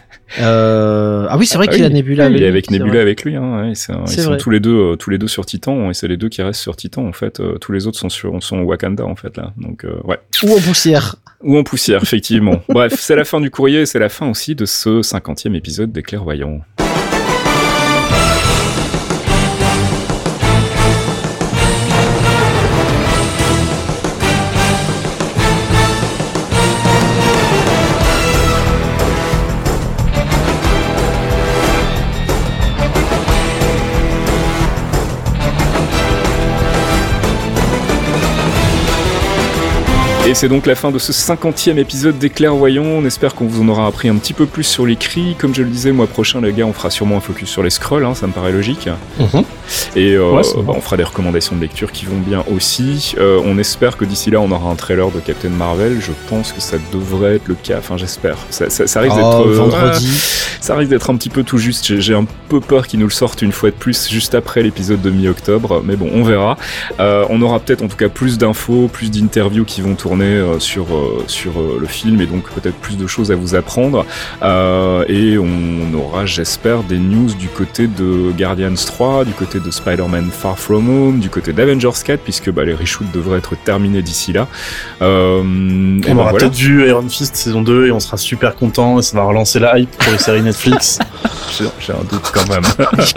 Oui, c'est vrai qu'il a Nebula avec lui. Il est avec Nebula avec lui, hein, ouais, ils sont tous les deux sur Titan, et c'est les deux qui restent sur Titan en fait. Tous les autres sont au Wakanda en fait là, donc ouais. Ou en poussière. Ou en poussière, effectivement. Bref, c'est la fin du courrier, c'est la fin aussi de ce 50e épisode des Clairvoyants. Et c'est donc la fin de ce 50e épisode des Clairvoyants. On espère qu'on vous en aura appris un petit peu plus sur les cris. Comme je le disais, mois prochain, les gars, on fera sûrement un focus sur les Skrulls, hein, ça me paraît logique. Et on fera des recommandations de lecture qui vont bien aussi. On espère que d'ici là, on aura un trailer de Captain Marvel. Je pense que ça devrait être le cas. Enfin, j'espère. Ça risque d'être vendredi. Ça risque d'être un petit peu tout juste. J'ai un peu peur qu'ils nous le sortent une fois de plus, juste après l'épisode de mi-octobre. Mais bon, on verra. On aura peut-être en tout cas plus d'infos, plus d'interviews qui vont tourner sur le film et donc peut-être plus de choses à vous apprendre. Et on aura, j'espère, des news du côté de Guardians 3, du côté de Spider-Man Far From Home, du côté d'Avengers 4, puisque les reshoots devraient être terminés d'ici là. On aura peut-être vu Iron Fist saison 2 et on sera super content et ça va relancer la hype pour les séries Netflix. J'ai un doute quand même.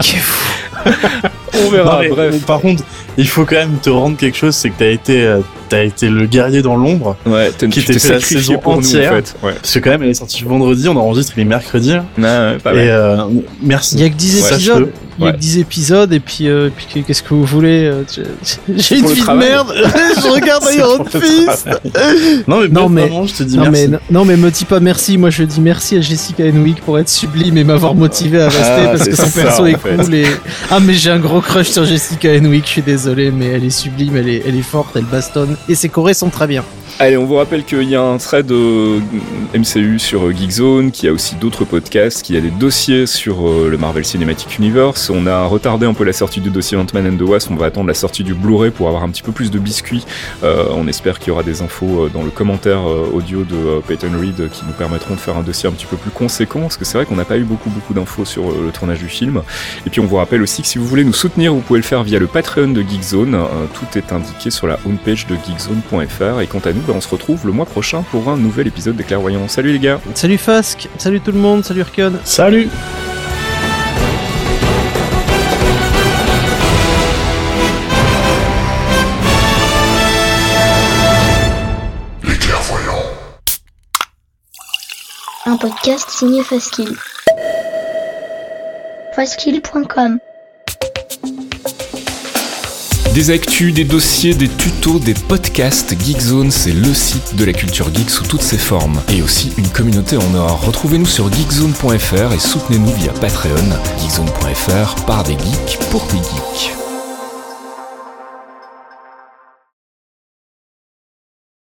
On verra. Bref. Par contre, il faut quand même te rendre quelque chose, c'est que t'as été le guerrier dans l'ombre, qui était fait la saison entière. Nous, en fait. Ouais. Parce que quand même, elle est sortie vendredi, on enregistre les mercredis. Merci. Il y a que 10 épisodes. Il y a que 10 épisodes et puis qu'est-ce que vous voulez j'ai une vie de merde. Je regarde Iron Fist. Non mais vraiment, je te dis merci. Non mais me dis pas merci, moi je dis merci à Jessica Henwick pour être sublime et m'avoir motivé à rester parce que son perso est cool et... Ah mais j'ai un gros crush sur Jessica Henwick, je suis désolé mais elle est sublime, elle est forte, elle bastonne et ses chorés sont très bien. Allez, on vous rappelle qu'il y a un thread MCU sur Geekzone, qu'il y a aussi d'autres podcasts, qu'il y a des dossiers sur le Marvel Cinematic Universe. On a retardé un peu la sortie du dossier Ant-Man and the Wasp, on va attendre la sortie du Blu-ray pour avoir un petit peu plus de biscuits. On espère qu'il y aura des infos dans le commentaire audio de Peyton Reed qui nous permettront de faire un dossier un petit peu plus conséquent, parce que c'est vrai qu'on n'a pas eu beaucoup d'infos sur le tournage du film. Et puis on vous rappelle aussi que si vous voulez nous soutenir, vous pouvez le faire via le Patreon de Geekzone. Tout est indiqué sur la homepage de geekzone.fr. Et quant à nous, on se retrouve le mois prochain pour un nouvel épisode des Clairvoyants. Salut les gars. Salut Fasque, salut tout le monde, salut Urkon. Salut. Les Clairvoyants. Un podcast signé Faskill. Faskill.com. Des actus, des dossiers, des tutos, des podcasts, Geekzone, c'est le site de la culture geek sous toutes ses formes. Et aussi une communauté en or. Retrouvez-nous sur geekzone.fr et soutenez-nous via Patreon. Geekzone.fr par des geeks pour des geeks.